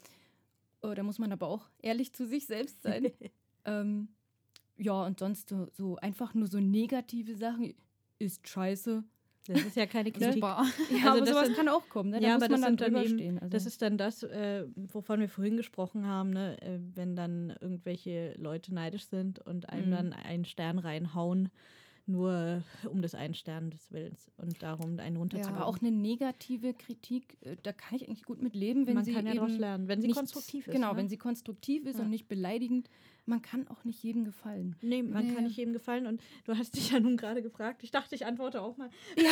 Äh, da muss man aber auch ehrlich zu sich selbst sein. ähm, ja, und sonst so, so einfach nur so negative Sachen. Ist scheiße. Das ist ja keine Kritik. Super. Ja, Also aber das sowas sind- kann auch kommen. Ne? Da Ja, muss aber man das dann sind dann drüber eben, stehen. Also, das ist dann das, äh, wovon wir vorhin gesprochen haben, ne? äh, wenn dann irgendwelche Leute neidisch sind und einem Mhm. dann einen Stern reinhauen, nur um des einen Stern des Willens und darum einen runterzubauen. Aber auch eine negative Kritik, äh, da kann ich eigentlich gut mit leben, wenn Man sie kann ja eben daraus lernen, wenn sie nicht, konstruktiv ist. Genau, ne? wenn sie konstruktiv ist Ja. und nicht beleidigend. Man kann auch nicht jedem gefallen. Nee, man Nee. kann nicht jedem gefallen. Und du hast dich ja nun gerade gefragt. Ich dachte, ich antworte auch mal. Ja,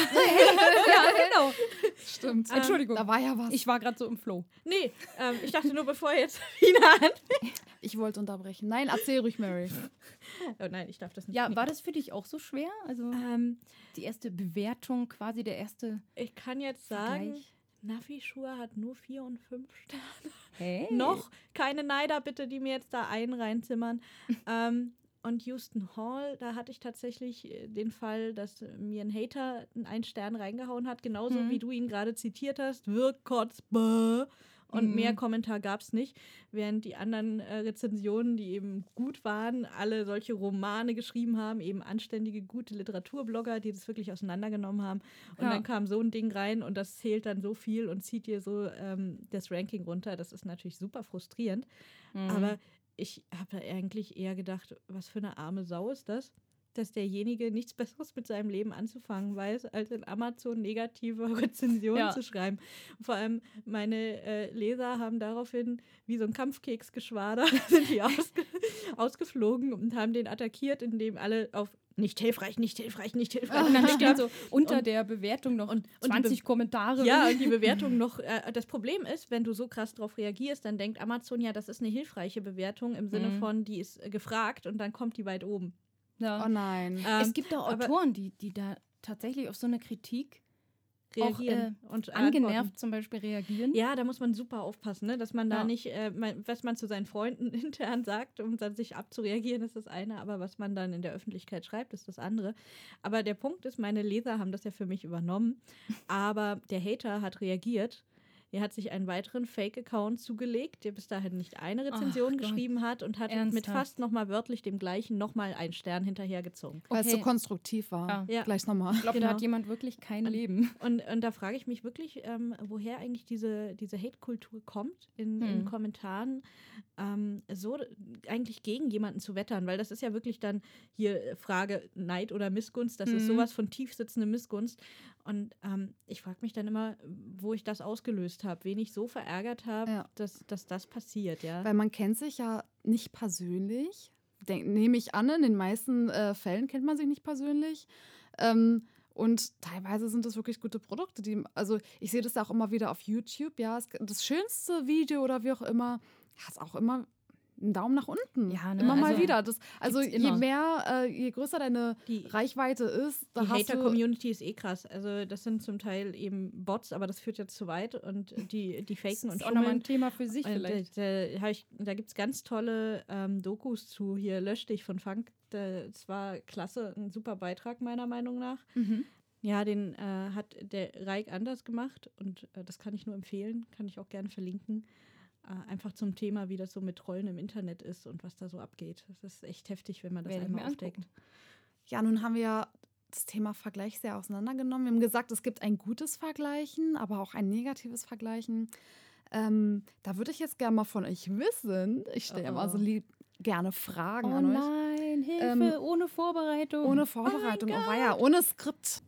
ja genau. Stimmt. Ähm, Entschuldigung, Da war ja was. ich war gerade so im Flow. Nee, ähm, ich dachte nur, bevor jetzt Fina an. Ich wollte unterbrechen. Nein, erzähl ruhig, Mary. Oh nein, ich darf das nicht. Ja, war das für dich auch so schwer? Also Ähm, die erste Bewertung, quasi der erste ich kann jetzt sagen, Vergleich. Navi-Schuhe hat nur vier und fünf Sterne. Hey. Noch keine Neider, bitte, die mir jetzt da einen reinzimmern. ähm, und Houston Hall, da hatte ich tatsächlich äh, den Fall, dass äh, mir ein Hater einen Stern reingehauen hat, genauso Mhm. wie du ihn gerade zitiert hast. Wirkkotz, bäh. Und Mhm. mehr Kommentar gab es nicht, während die anderen äh, Rezensionen, die eben gut waren, alle solche Romane geschrieben haben, eben anständige, gute Literaturblogger, die das wirklich auseinandergenommen haben. Und Ja. dann kam so ein Ding rein und das zählt dann so viel und zieht dir so ähm, das Ranking runter. Das ist natürlich super frustrierend. Mhm. Aber ich habe da eigentlich eher gedacht, was für eine arme Sau ist das, dass derjenige nichts Besseres mit seinem Leben anzufangen weiß, als in Amazon negative Rezensionen Ja. zu schreiben. Vor allem meine äh, Leser haben daraufhin wie so ein Kampfkeksgeschwader sind die ausge ausgeflogen und haben den attackiert, indem alle auf nicht hilfreich, nicht hilfreich, nicht hilfreich. Und dann steht so unter Und- der Bewertung noch und- und die zwanzig Be- Kommentare. Ja, und die Bewertung noch. Äh, das Problem ist, wenn du so krass drauf reagierst, dann denkt Amazon ja, das ist eine hilfreiche Bewertung im Sinne Mhm. von, die ist äh, gefragt und dann kommt die weit oben. Ja. Oh nein. Ähm, Es gibt auch aber- Autoren, die, die da tatsächlich auf so eine Kritik reagieren und auch angenervt antworten. zum Beispiel reagieren. Ja, da muss man super aufpassen, ne? Dass man da Ja. nicht, äh, mein, was man zu seinen Freunden intern sagt, um dann sich abzureagieren, ist das eine, aber was man dann in der Öffentlichkeit schreibt, ist das andere. Aber der Punkt ist, meine Leser haben das ja für mich übernommen, aber der Hater hat reagiert. Er hat sich einen weiteren Fake-Account zugelegt, der bis dahin nicht eine Rezension Ach Gott. geschrieben hat und hat mit Ernsthaft? fast nochmal wörtlich dem gleichen nochmal einen Stern hinterhergezogen. Weil es so Okay. konstruktiv war. Ja. Ja. Gleich nochmal. Ich glaube, Genau. da hat jemand wirklich kein Leben. Und, und da frage ich mich wirklich, ähm, woher eigentlich diese, diese Hate-Kultur kommt in, in Hm. Kommentaren, ähm, so eigentlich gegen jemanden zu wettern, weil das ist ja wirklich dann hier äh, Frage Neid oder Missgunst, das ist Mhm. sowas von tief sitzende Missgunst. Und ähm, ich frage mich dann immer, wo ich das ausgelöst habe, wen ich so verärgert habe, Ja. dass, dass das passiert, ja. Weil man kennt sich ja nicht persönlich. Denk, nehme ich an, in den meisten äh, Fällen kennt man sich nicht persönlich. Ähm, und teilweise sind das wirklich gute Produkte. Die, also ich sehe das auch immer wieder auf YouTube. Ja, es, das schönste Video oder wie auch immer, hat auch immer einen Daumen nach unten. Ja, ne, immer mal also wieder. Das, also gibt's je immer. mehr, äh, je größer deine Die- Reichweite ist, da Die hast du Hater-Community ist eh krass. Also das sind zum Teil eben Bots, aber das führt jetzt zu weit und die, die faken Das und ist auch nochmal schummeln. ein Thema für sich Und vielleicht. Da, da, hab ich- da gibt es ganz tolle ähm, Dokus zu. Hier, Lösch dich von Funk. Das war klasse, ein super Beitrag meiner Meinung nach. Mhm. Ja, den äh, hat der Reik anders gemacht und äh, das kann ich nur empfehlen, kann ich auch gerne verlinken. Äh, einfach zum Thema, wie das so mit Trollen im Internet ist und was da so abgeht. Das ist echt heftig, wenn man das Werde ich einmal mir aufdeckt. angucken. Ja, nun haben wir ja das Thema Vergleich sehr auseinandergenommen. Wir haben gesagt, es gibt ein gutes Vergleichen, aber auch ein negatives Vergleichen. Ähm, da würde ich jetzt gerne mal von euch wissen. Ich stelle ja mal so Oh. lieb gerne Fragen Oh an euch. nein, Hilfe, Ähm, ohne Vorbereitung. Ohne Vorbereitung, oh weia, ohne Skript.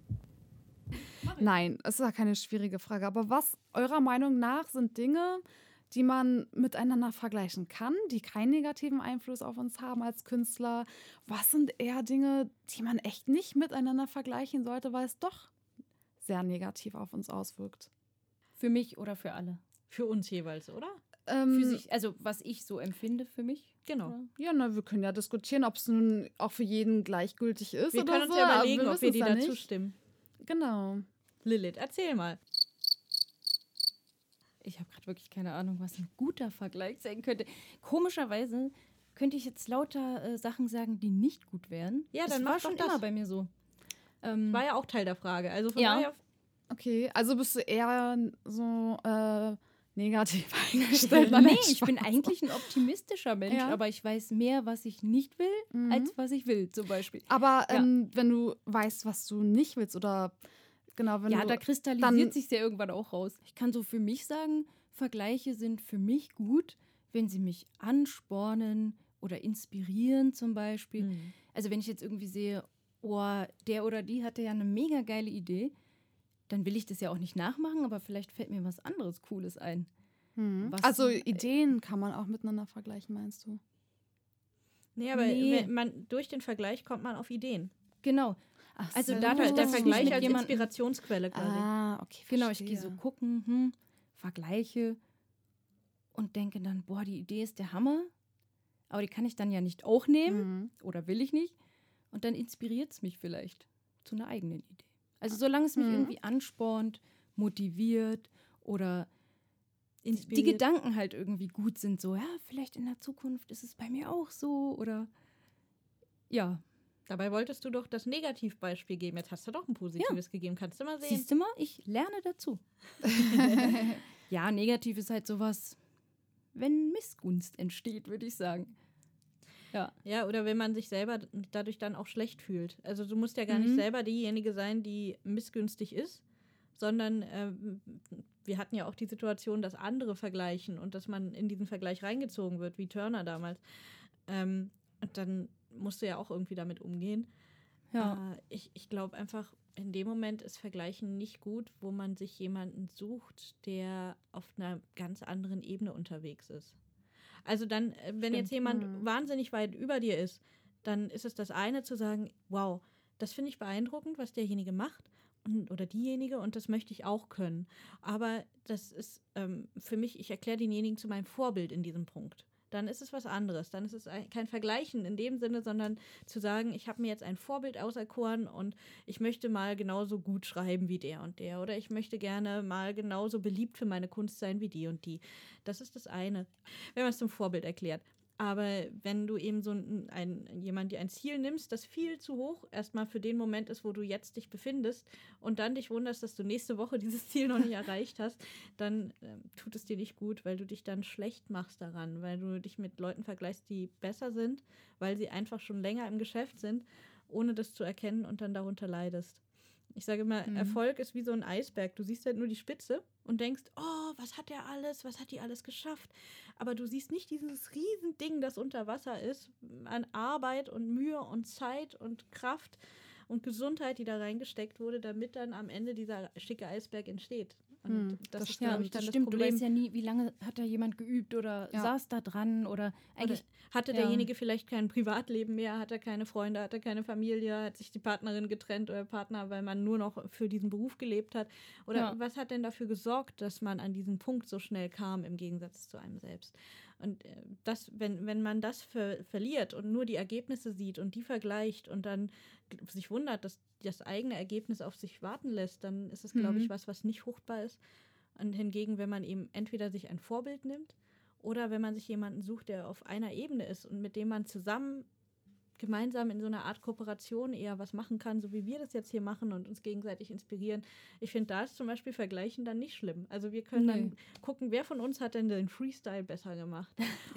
Nein, es ist ja keine schwierige Frage. Aber was eurer Meinung nach sind Dinge, die man miteinander vergleichen kann, die keinen negativen Einfluss auf uns haben als Künstler? Was sind eher Dinge, die man echt nicht miteinander vergleichen sollte, weil es doch sehr negativ auf uns auswirkt? Für mich oder für alle? Für uns jeweils, oder? Ähm, Für sich, also was ich so empfinde für mich. Genau. Oder? Ja, na, wir können ja diskutieren, ob es nun auch für jeden gleichgültig ist Wir oder können uns so. ja aber überlegen, ob wir wissen's die ja dazu nicht. stimmen. Genau. Lilith, erzähl mal. Ich habe gerade wirklich keine Ahnung, was ein guter Vergleich sein könnte. Komischerweise könnte ich jetzt lauter äh, Sachen sagen, die nicht gut wären. Ja, das dann war mach doch schon das. immer bei mir so. Ähm, War ja auch Teil der Frage. Also von Ja. daher, Okay, also bist du eher so äh, negativ eingestellt? Nein, nee, Spaß. ich bin eigentlich ein optimistischer Mensch, Ja. aber ich weiß mehr, was ich nicht will, Mhm. als was ich will, zum Beispiel. Aber Ja. ähm, wenn du weißt, was du nicht willst oder genau, wenn Ja, du da kristallisiert dann- sich ja irgendwann auch raus. Ich kann so für mich sagen, Vergleiche sind für mich gut, wenn sie mich anspornen oder inspirieren zum Beispiel. Mhm. Also wenn ich jetzt irgendwie sehe, oh, der oder die hatte ja eine mega geile Idee, dann will ich das ja auch nicht nachmachen, aber vielleicht fällt mir was anderes Cooles ein. Mhm. Was- Also Ideen kann man auch miteinander vergleichen, meinst du? Nee, aber Nee. wenn man, durch den Vergleich kommt man auf Ideen. Genau. Ach Also so. dadurch, Der dass ich mich Vergleich mit als jemandem- Inspirationsquelle quasi. Ah, okay, Genau, ich gehe so verstehe. gucken, hm, vergleiche und denke dann, boah, die Idee ist der Hammer, aber die kann ich dann ja nicht auch nehmen Mhm. oder will ich nicht. Und dann inspiriert es mich vielleicht zu einer eigenen Idee. Also solange es mich Mhm. irgendwie anspornt, motiviert oder die Inspiriert. Gedanken halt irgendwie gut sind, so, ja, vielleicht in der Zukunft ist es bei mir auch so oder ja. Dabei wolltest du doch das Negativbeispiel geben. Jetzt hast du doch ein positives gegeben. Kannst du mal sehen. Siehst du mal, ich lerne dazu. Ja, negativ ist halt sowas, wenn Missgunst entsteht, würde ich sagen. Ja. Ja, oder wenn man sich selber dadurch dann auch schlecht fühlt. Also du musst ja gar nicht Mhm. selber diejenige sein, die missgünstig ist, sondern ähm, wir hatten ja auch die Situation, dass andere vergleichen und dass man in diesen Vergleich reingezogen wird, wie Turner damals. Ähm, und dann musst du ja auch irgendwie damit umgehen. Ja. Äh, ich ich glaube einfach, in dem Moment ist Vergleichen nicht gut, wo man sich jemanden sucht, der auf einer ganz anderen Ebene unterwegs ist. Also dann, äh, wenn jetzt jemand Mhm. wahnsinnig weit über dir ist, dann ist es das eine zu sagen, wow, das finde ich beeindruckend, was derjenige macht und, oder diejenige und das möchte ich auch können. Aber das ist ähm, für mich, ich erkläre denjenigen zu meinem Vorbild in diesem Punkt. Dann ist es was anderes. Dann ist es ein, kein Vergleichen in dem Sinne, sondern zu sagen, ich habe mir jetzt ein Vorbild auserkoren und ich möchte mal genauso gut schreiben wie der und der. Oder ich möchte gerne mal genauso beliebt für meine Kunst sein wie die und die. Das ist das eine, wenn man es zum Vorbild erklärt. Aber wenn du eben so ein, ein, jemand dir ein Ziel nimmst, das viel zu hoch erstmal für den Moment ist, wo du jetzt dich befindest und dann dich wunderst, dass du nächste Woche dieses Ziel noch nicht erreicht hast, dann ähm, tut es dir nicht gut, weil du dich dann schlecht machst daran, weil du dich mit Leuten vergleichst, die besser sind, weil sie einfach schon länger im Geschäft sind, ohne das zu erkennen und dann darunter leidest. Ich sage immer, Mhm. Erfolg ist wie so ein Eisberg. Du siehst halt nur die Spitze und denkst, oh, was hat der alles, was hat die alles geschafft? Aber du siehst nicht dieses Riesending, das unter Wasser ist, an Arbeit und Mühe und Zeit und Kraft und Gesundheit, die da reingesteckt wurde, damit dann am Ende dieser schicke Eisberg entsteht. Und Hm, das, das ist, Ja, glaube ich, das dann das stimmt. Du Problem. weißt ja nie, wie lange hat da jemand geübt oder Ja. saß da dran oder eigentlich. Oder hatte ja. derjenige vielleicht kein Privatleben mehr, hat er keine Freunde, hat er keine Familie, hat sich die Partnerin getrennt oder Partner, weil man nur noch für diesen Beruf gelebt hat? Oder Ja. was hat denn dafür gesorgt, dass man an diesen Punkt so schnell kam, im Gegensatz zu einem selbst? Und äh, das, wenn, wenn man das ver verliert und nur die Ergebnisse sieht und die vergleicht und dann g- sich wundert, dass das eigene Ergebnis auf sich warten lässt, dann ist es, glaube ich, Mhm. was, was nicht fruchtbar ist. Und hingegen, wenn man eben entweder sich ein Vorbild nimmt oder wenn man sich jemanden sucht, der auf einer Ebene ist und mit dem man zusammen gemeinsam in so einer Art Kooperation eher was machen kann, so wie wir das jetzt hier machen und uns gegenseitig inspirieren. Ich finde, da ist zum Beispiel Vergleichen dann nicht schlimm. Also wir können Nee. dann gucken, wer von uns hat denn den Freestyle besser gemacht?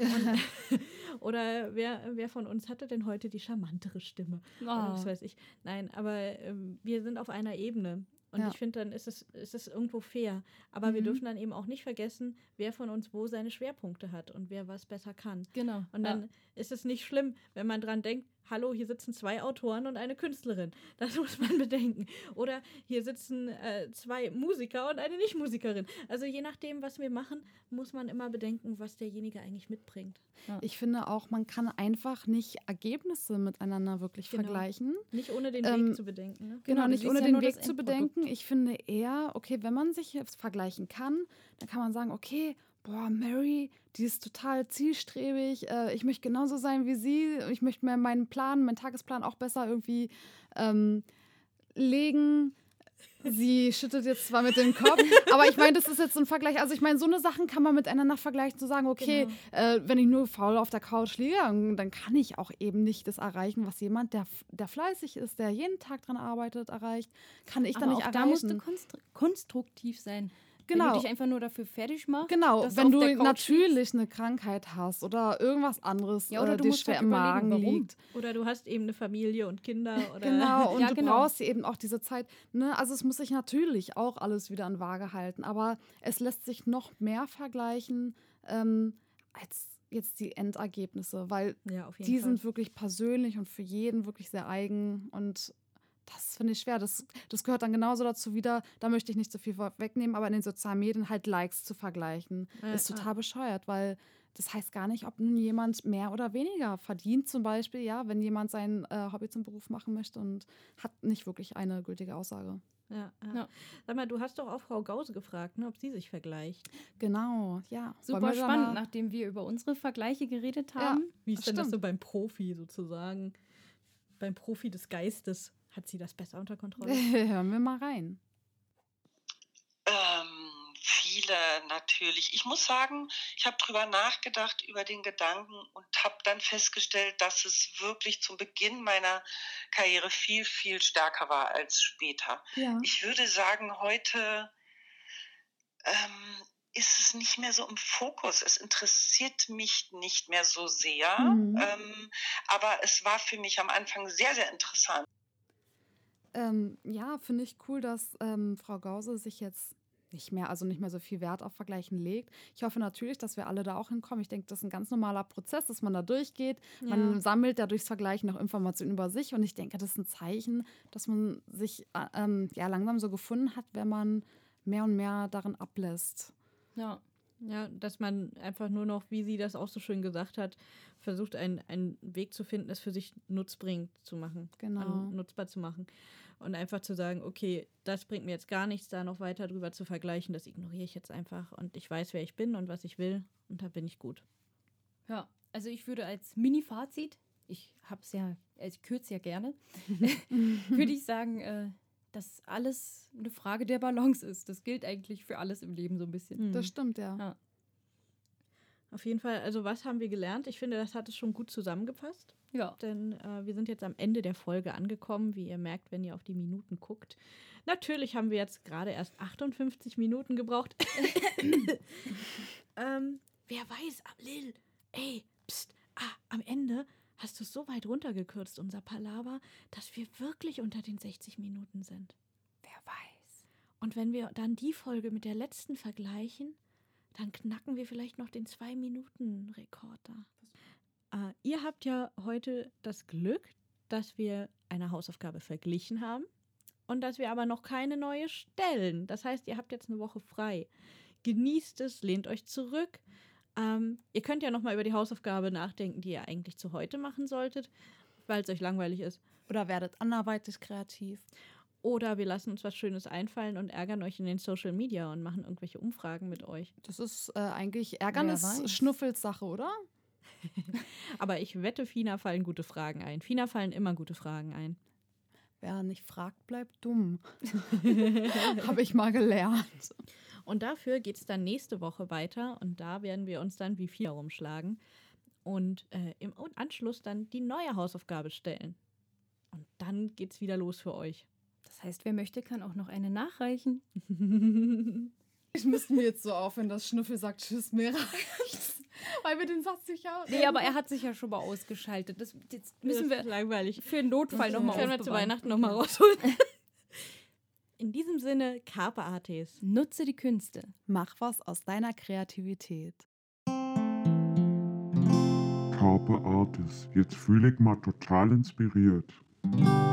Und, oder wer, wer von uns hatte denn heute die charmantere Stimme? Oder was Oh. weiß ich. Nein, aber ähm, wir sind auf einer Ebene. Und Ja. ich finde, dann ist es, ist es irgendwo fair. Aber wir Mhm. dürfen dann eben auch nicht vergessen, wer von uns wo seine Schwerpunkte hat und wer was besser kann. Genau. Und dann ist es nicht schlimm, wenn man dran denkt, hallo, hier sitzen zwei Autoren und eine Künstlerin. Das muss man bedenken. Oder hier sitzen äh, zwei Musiker und eine Nicht-Musikerin. Also je nachdem, was wir machen, muss man immer bedenken, was derjenige eigentlich mitbringt. Ich finde auch, man kann einfach nicht Ergebnisse miteinander wirklich Genau. vergleichen. Nicht ohne den Ähm, Weg zu bedenken. Ne? Genau, Genau, du nicht siehst ohne ja den nur das Weg zu Endprodukt. bedenken. Ich finde eher, okay, wenn man sich jetzt vergleichen kann, dann kann man sagen, okay, boah, Mary, die ist total zielstrebig, äh, ich möchte genauso sein wie sie, ich möchte mir meinen Plan, meinen Tagesplan auch besser irgendwie ähm, legen. Sie schüttet jetzt zwar mit dem Kopf, aber ich meine, das ist jetzt so ein Vergleich. Also ich meine, so eine Sachen kann man miteinander vergleichen, zu sagen, okay, äh, wenn ich nur faul auf der Couch liege, dann, dann kann ich auch eben nicht das erreichen, was jemand, der, der fleißig ist, der jeden Tag dran arbeitet, erreicht, kann ich Aber dann nicht auch da musst du erreichen. konstru konstruktiv sein. Wenn Genau. du dich einfach nur dafür fertig machst. Genau, dass wenn auf du der Couch natürlich eine Krankheit hast oder irgendwas anderes, Ja, oder äh, du dir musst schwer halt im überlegen, Magen warum. liegt. Oder du hast eben eine Familie und Kinder. Oder Genau, und Ja, du genau. brauchst eben auch diese Zeit. Ne? Also es muss sich natürlich auch alles wieder in Waage halten, aber es lässt sich noch mehr vergleichen, ähm, als jetzt die Endergebnisse, weil Ja, auf jeden die Fall. sind wirklich persönlich und für jeden wirklich sehr eigen und das finde ich schwer. Das, das gehört dann genauso dazu wieder, da möchte ich nicht so viel wegnehmen, aber in den sozialen Medien halt Likes zu vergleichen, Ja, ist ja. total bescheuert, weil das heißt gar nicht, ob nun jemand mehr oder weniger verdient, zum Beispiel, ja, wenn jemand sein äh, Hobby zum Beruf machen möchte und hat nicht wirklich eine gültige Aussage. Ja, ja. Ja. Sag mal, du hast doch auch Frau Gause gefragt, ne, ob sie sich vergleicht. Genau, ja. Wollen Super wir da spannend, mal- nachdem wir über unsere Vergleiche geredet Ja. haben. Wie ist denn das so Stimmt. beim Profi sozusagen? Beim Profi des Geistes. Hat sie das besser unter Kontrolle? Hören wir mal rein. Ähm, viele natürlich. Ich muss sagen, ich habe drüber nachgedacht, über den Gedanken und habe dann festgestellt, dass es wirklich zum Beginn meiner Karriere viel, viel stärker war als später. Ja. Ich würde sagen, heute ähm, ist es nicht mehr so im Fokus. Es interessiert mich nicht mehr so sehr. Mhm. Ähm, aber es war für mich am Anfang sehr, sehr interessant. Ähm, ja, finde ich cool, dass ähm, Frau Gause sich jetzt nicht mehr, also nicht mehr so viel Wert auf Vergleichen legt. Ich hoffe natürlich, dass wir alle da auch hinkommen. Ich denke, das ist ein ganz normaler Prozess, dass man da durchgeht. Man Ja. sammelt da durchs Vergleichen noch Informationen über sich und ich denke, das ist ein Zeichen, dass man sich äh, ähm, ja langsam so gefunden hat, wenn man mehr und mehr darin ablässt. Ja. Ja, dass man einfach nur noch, wie sie das auch so schön gesagt hat, versucht, einen, einen Weg zu finden, es für sich nutzbringend zu machen. Genau. an- nutzbar zu machen. Und einfach zu sagen, okay, das bringt mir jetzt gar nichts, da noch weiter drüber zu vergleichen, das ignoriere ich jetzt einfach. Und ich weiß, wer ich bin und was ich will. Und da bin ich gut. Ja, also ich würde als Mini-Fazit, ich hab's ja, ich kürze ja gerne, würde ich sagen, äh, dass alles eine Frage der Balance ist. Das gilt eigentlich für alles im Leben so ein bisschen. Hm. Das stimmt, ja. Ja. Auf jeden Fall, also was haben wir gelernt? Ich finde, das hat es schon gut zusammengefasst. Ja. Denn äh, wir sind jetzt am Ende der Folge angekommen, wie ihr merkt, wenn ihr auf die Minuten guckt. Natürlich haben wir jetzt gerade erst achtundfünfzig Minuten gebraucht. ähm, wer weiß, ah, Lil, ey, pst, ah, am Ende hast du es so weit runtergekürzt, unser Palaver, dass wir wirklich unter den sechzig Minuten sind. Wer weiß. Und wenn wir dann die Folge mit der letzten vergleichen, dann knacken wir vielleicht noch den zwei-Minuten-Rekord da. Äh, ihr habt ja heute das Glück, dass wir eine Hausaufgabe verglichen haben und dass wir aber noch keine neue stellen. Das heißt, ihr habt jetzt eine Woche frei. Genießt es, lehnt euch zurück. Ähm, ihr könnt ja noch mal über die Hausaufgabe nachdenken, die ihr eigentlich zu heute machen solltet, weil es euch langweilig ist. Oder werdet anderweitig kreativ. Oder wir lassen uns was Schönes einfallen und ärgern euch in den Social Media und machen irgendwelche Umfragen mit euch. Das ist äh, eigentlich Ärgernis, weiß. Schnuffelssache, oder? Aber ich wette, Fina fallen gute Fragen ein. Fina fallen immer gute Fragen ein. Wer nicht fragt, bleibt dumm. Habe ich mal gelernt. Und dafür geht es dann nächste Woche weiter und da werden wir uns dann wie vier rumschlagen und äh, im Anschluss dann die neue Hausaufgabe stellen. Und dann geht's wieder los für euch. Das heißt, wer möchte, kann auch noch eine nachreichen. Ich müsste mir jetzt so aufhören, dass Schnuffel sagt, tschüss, mir reicht's. Weil wir den Satz sicher. Nee, aber er hat sich ja schon mal ausgeschaltet. Das, jetzt müssen Das wir ist langweilig. für einen Notfall Okay. nochmal Können wir zu aufbewahren. Weihnachten nochmal rausholen. In diesem Sinne, Carpe Artes. Nutze die Künste. Mach was aus deiner Kreativität. Carpe Artis. Jetzt fühle ich mal total inspiriert.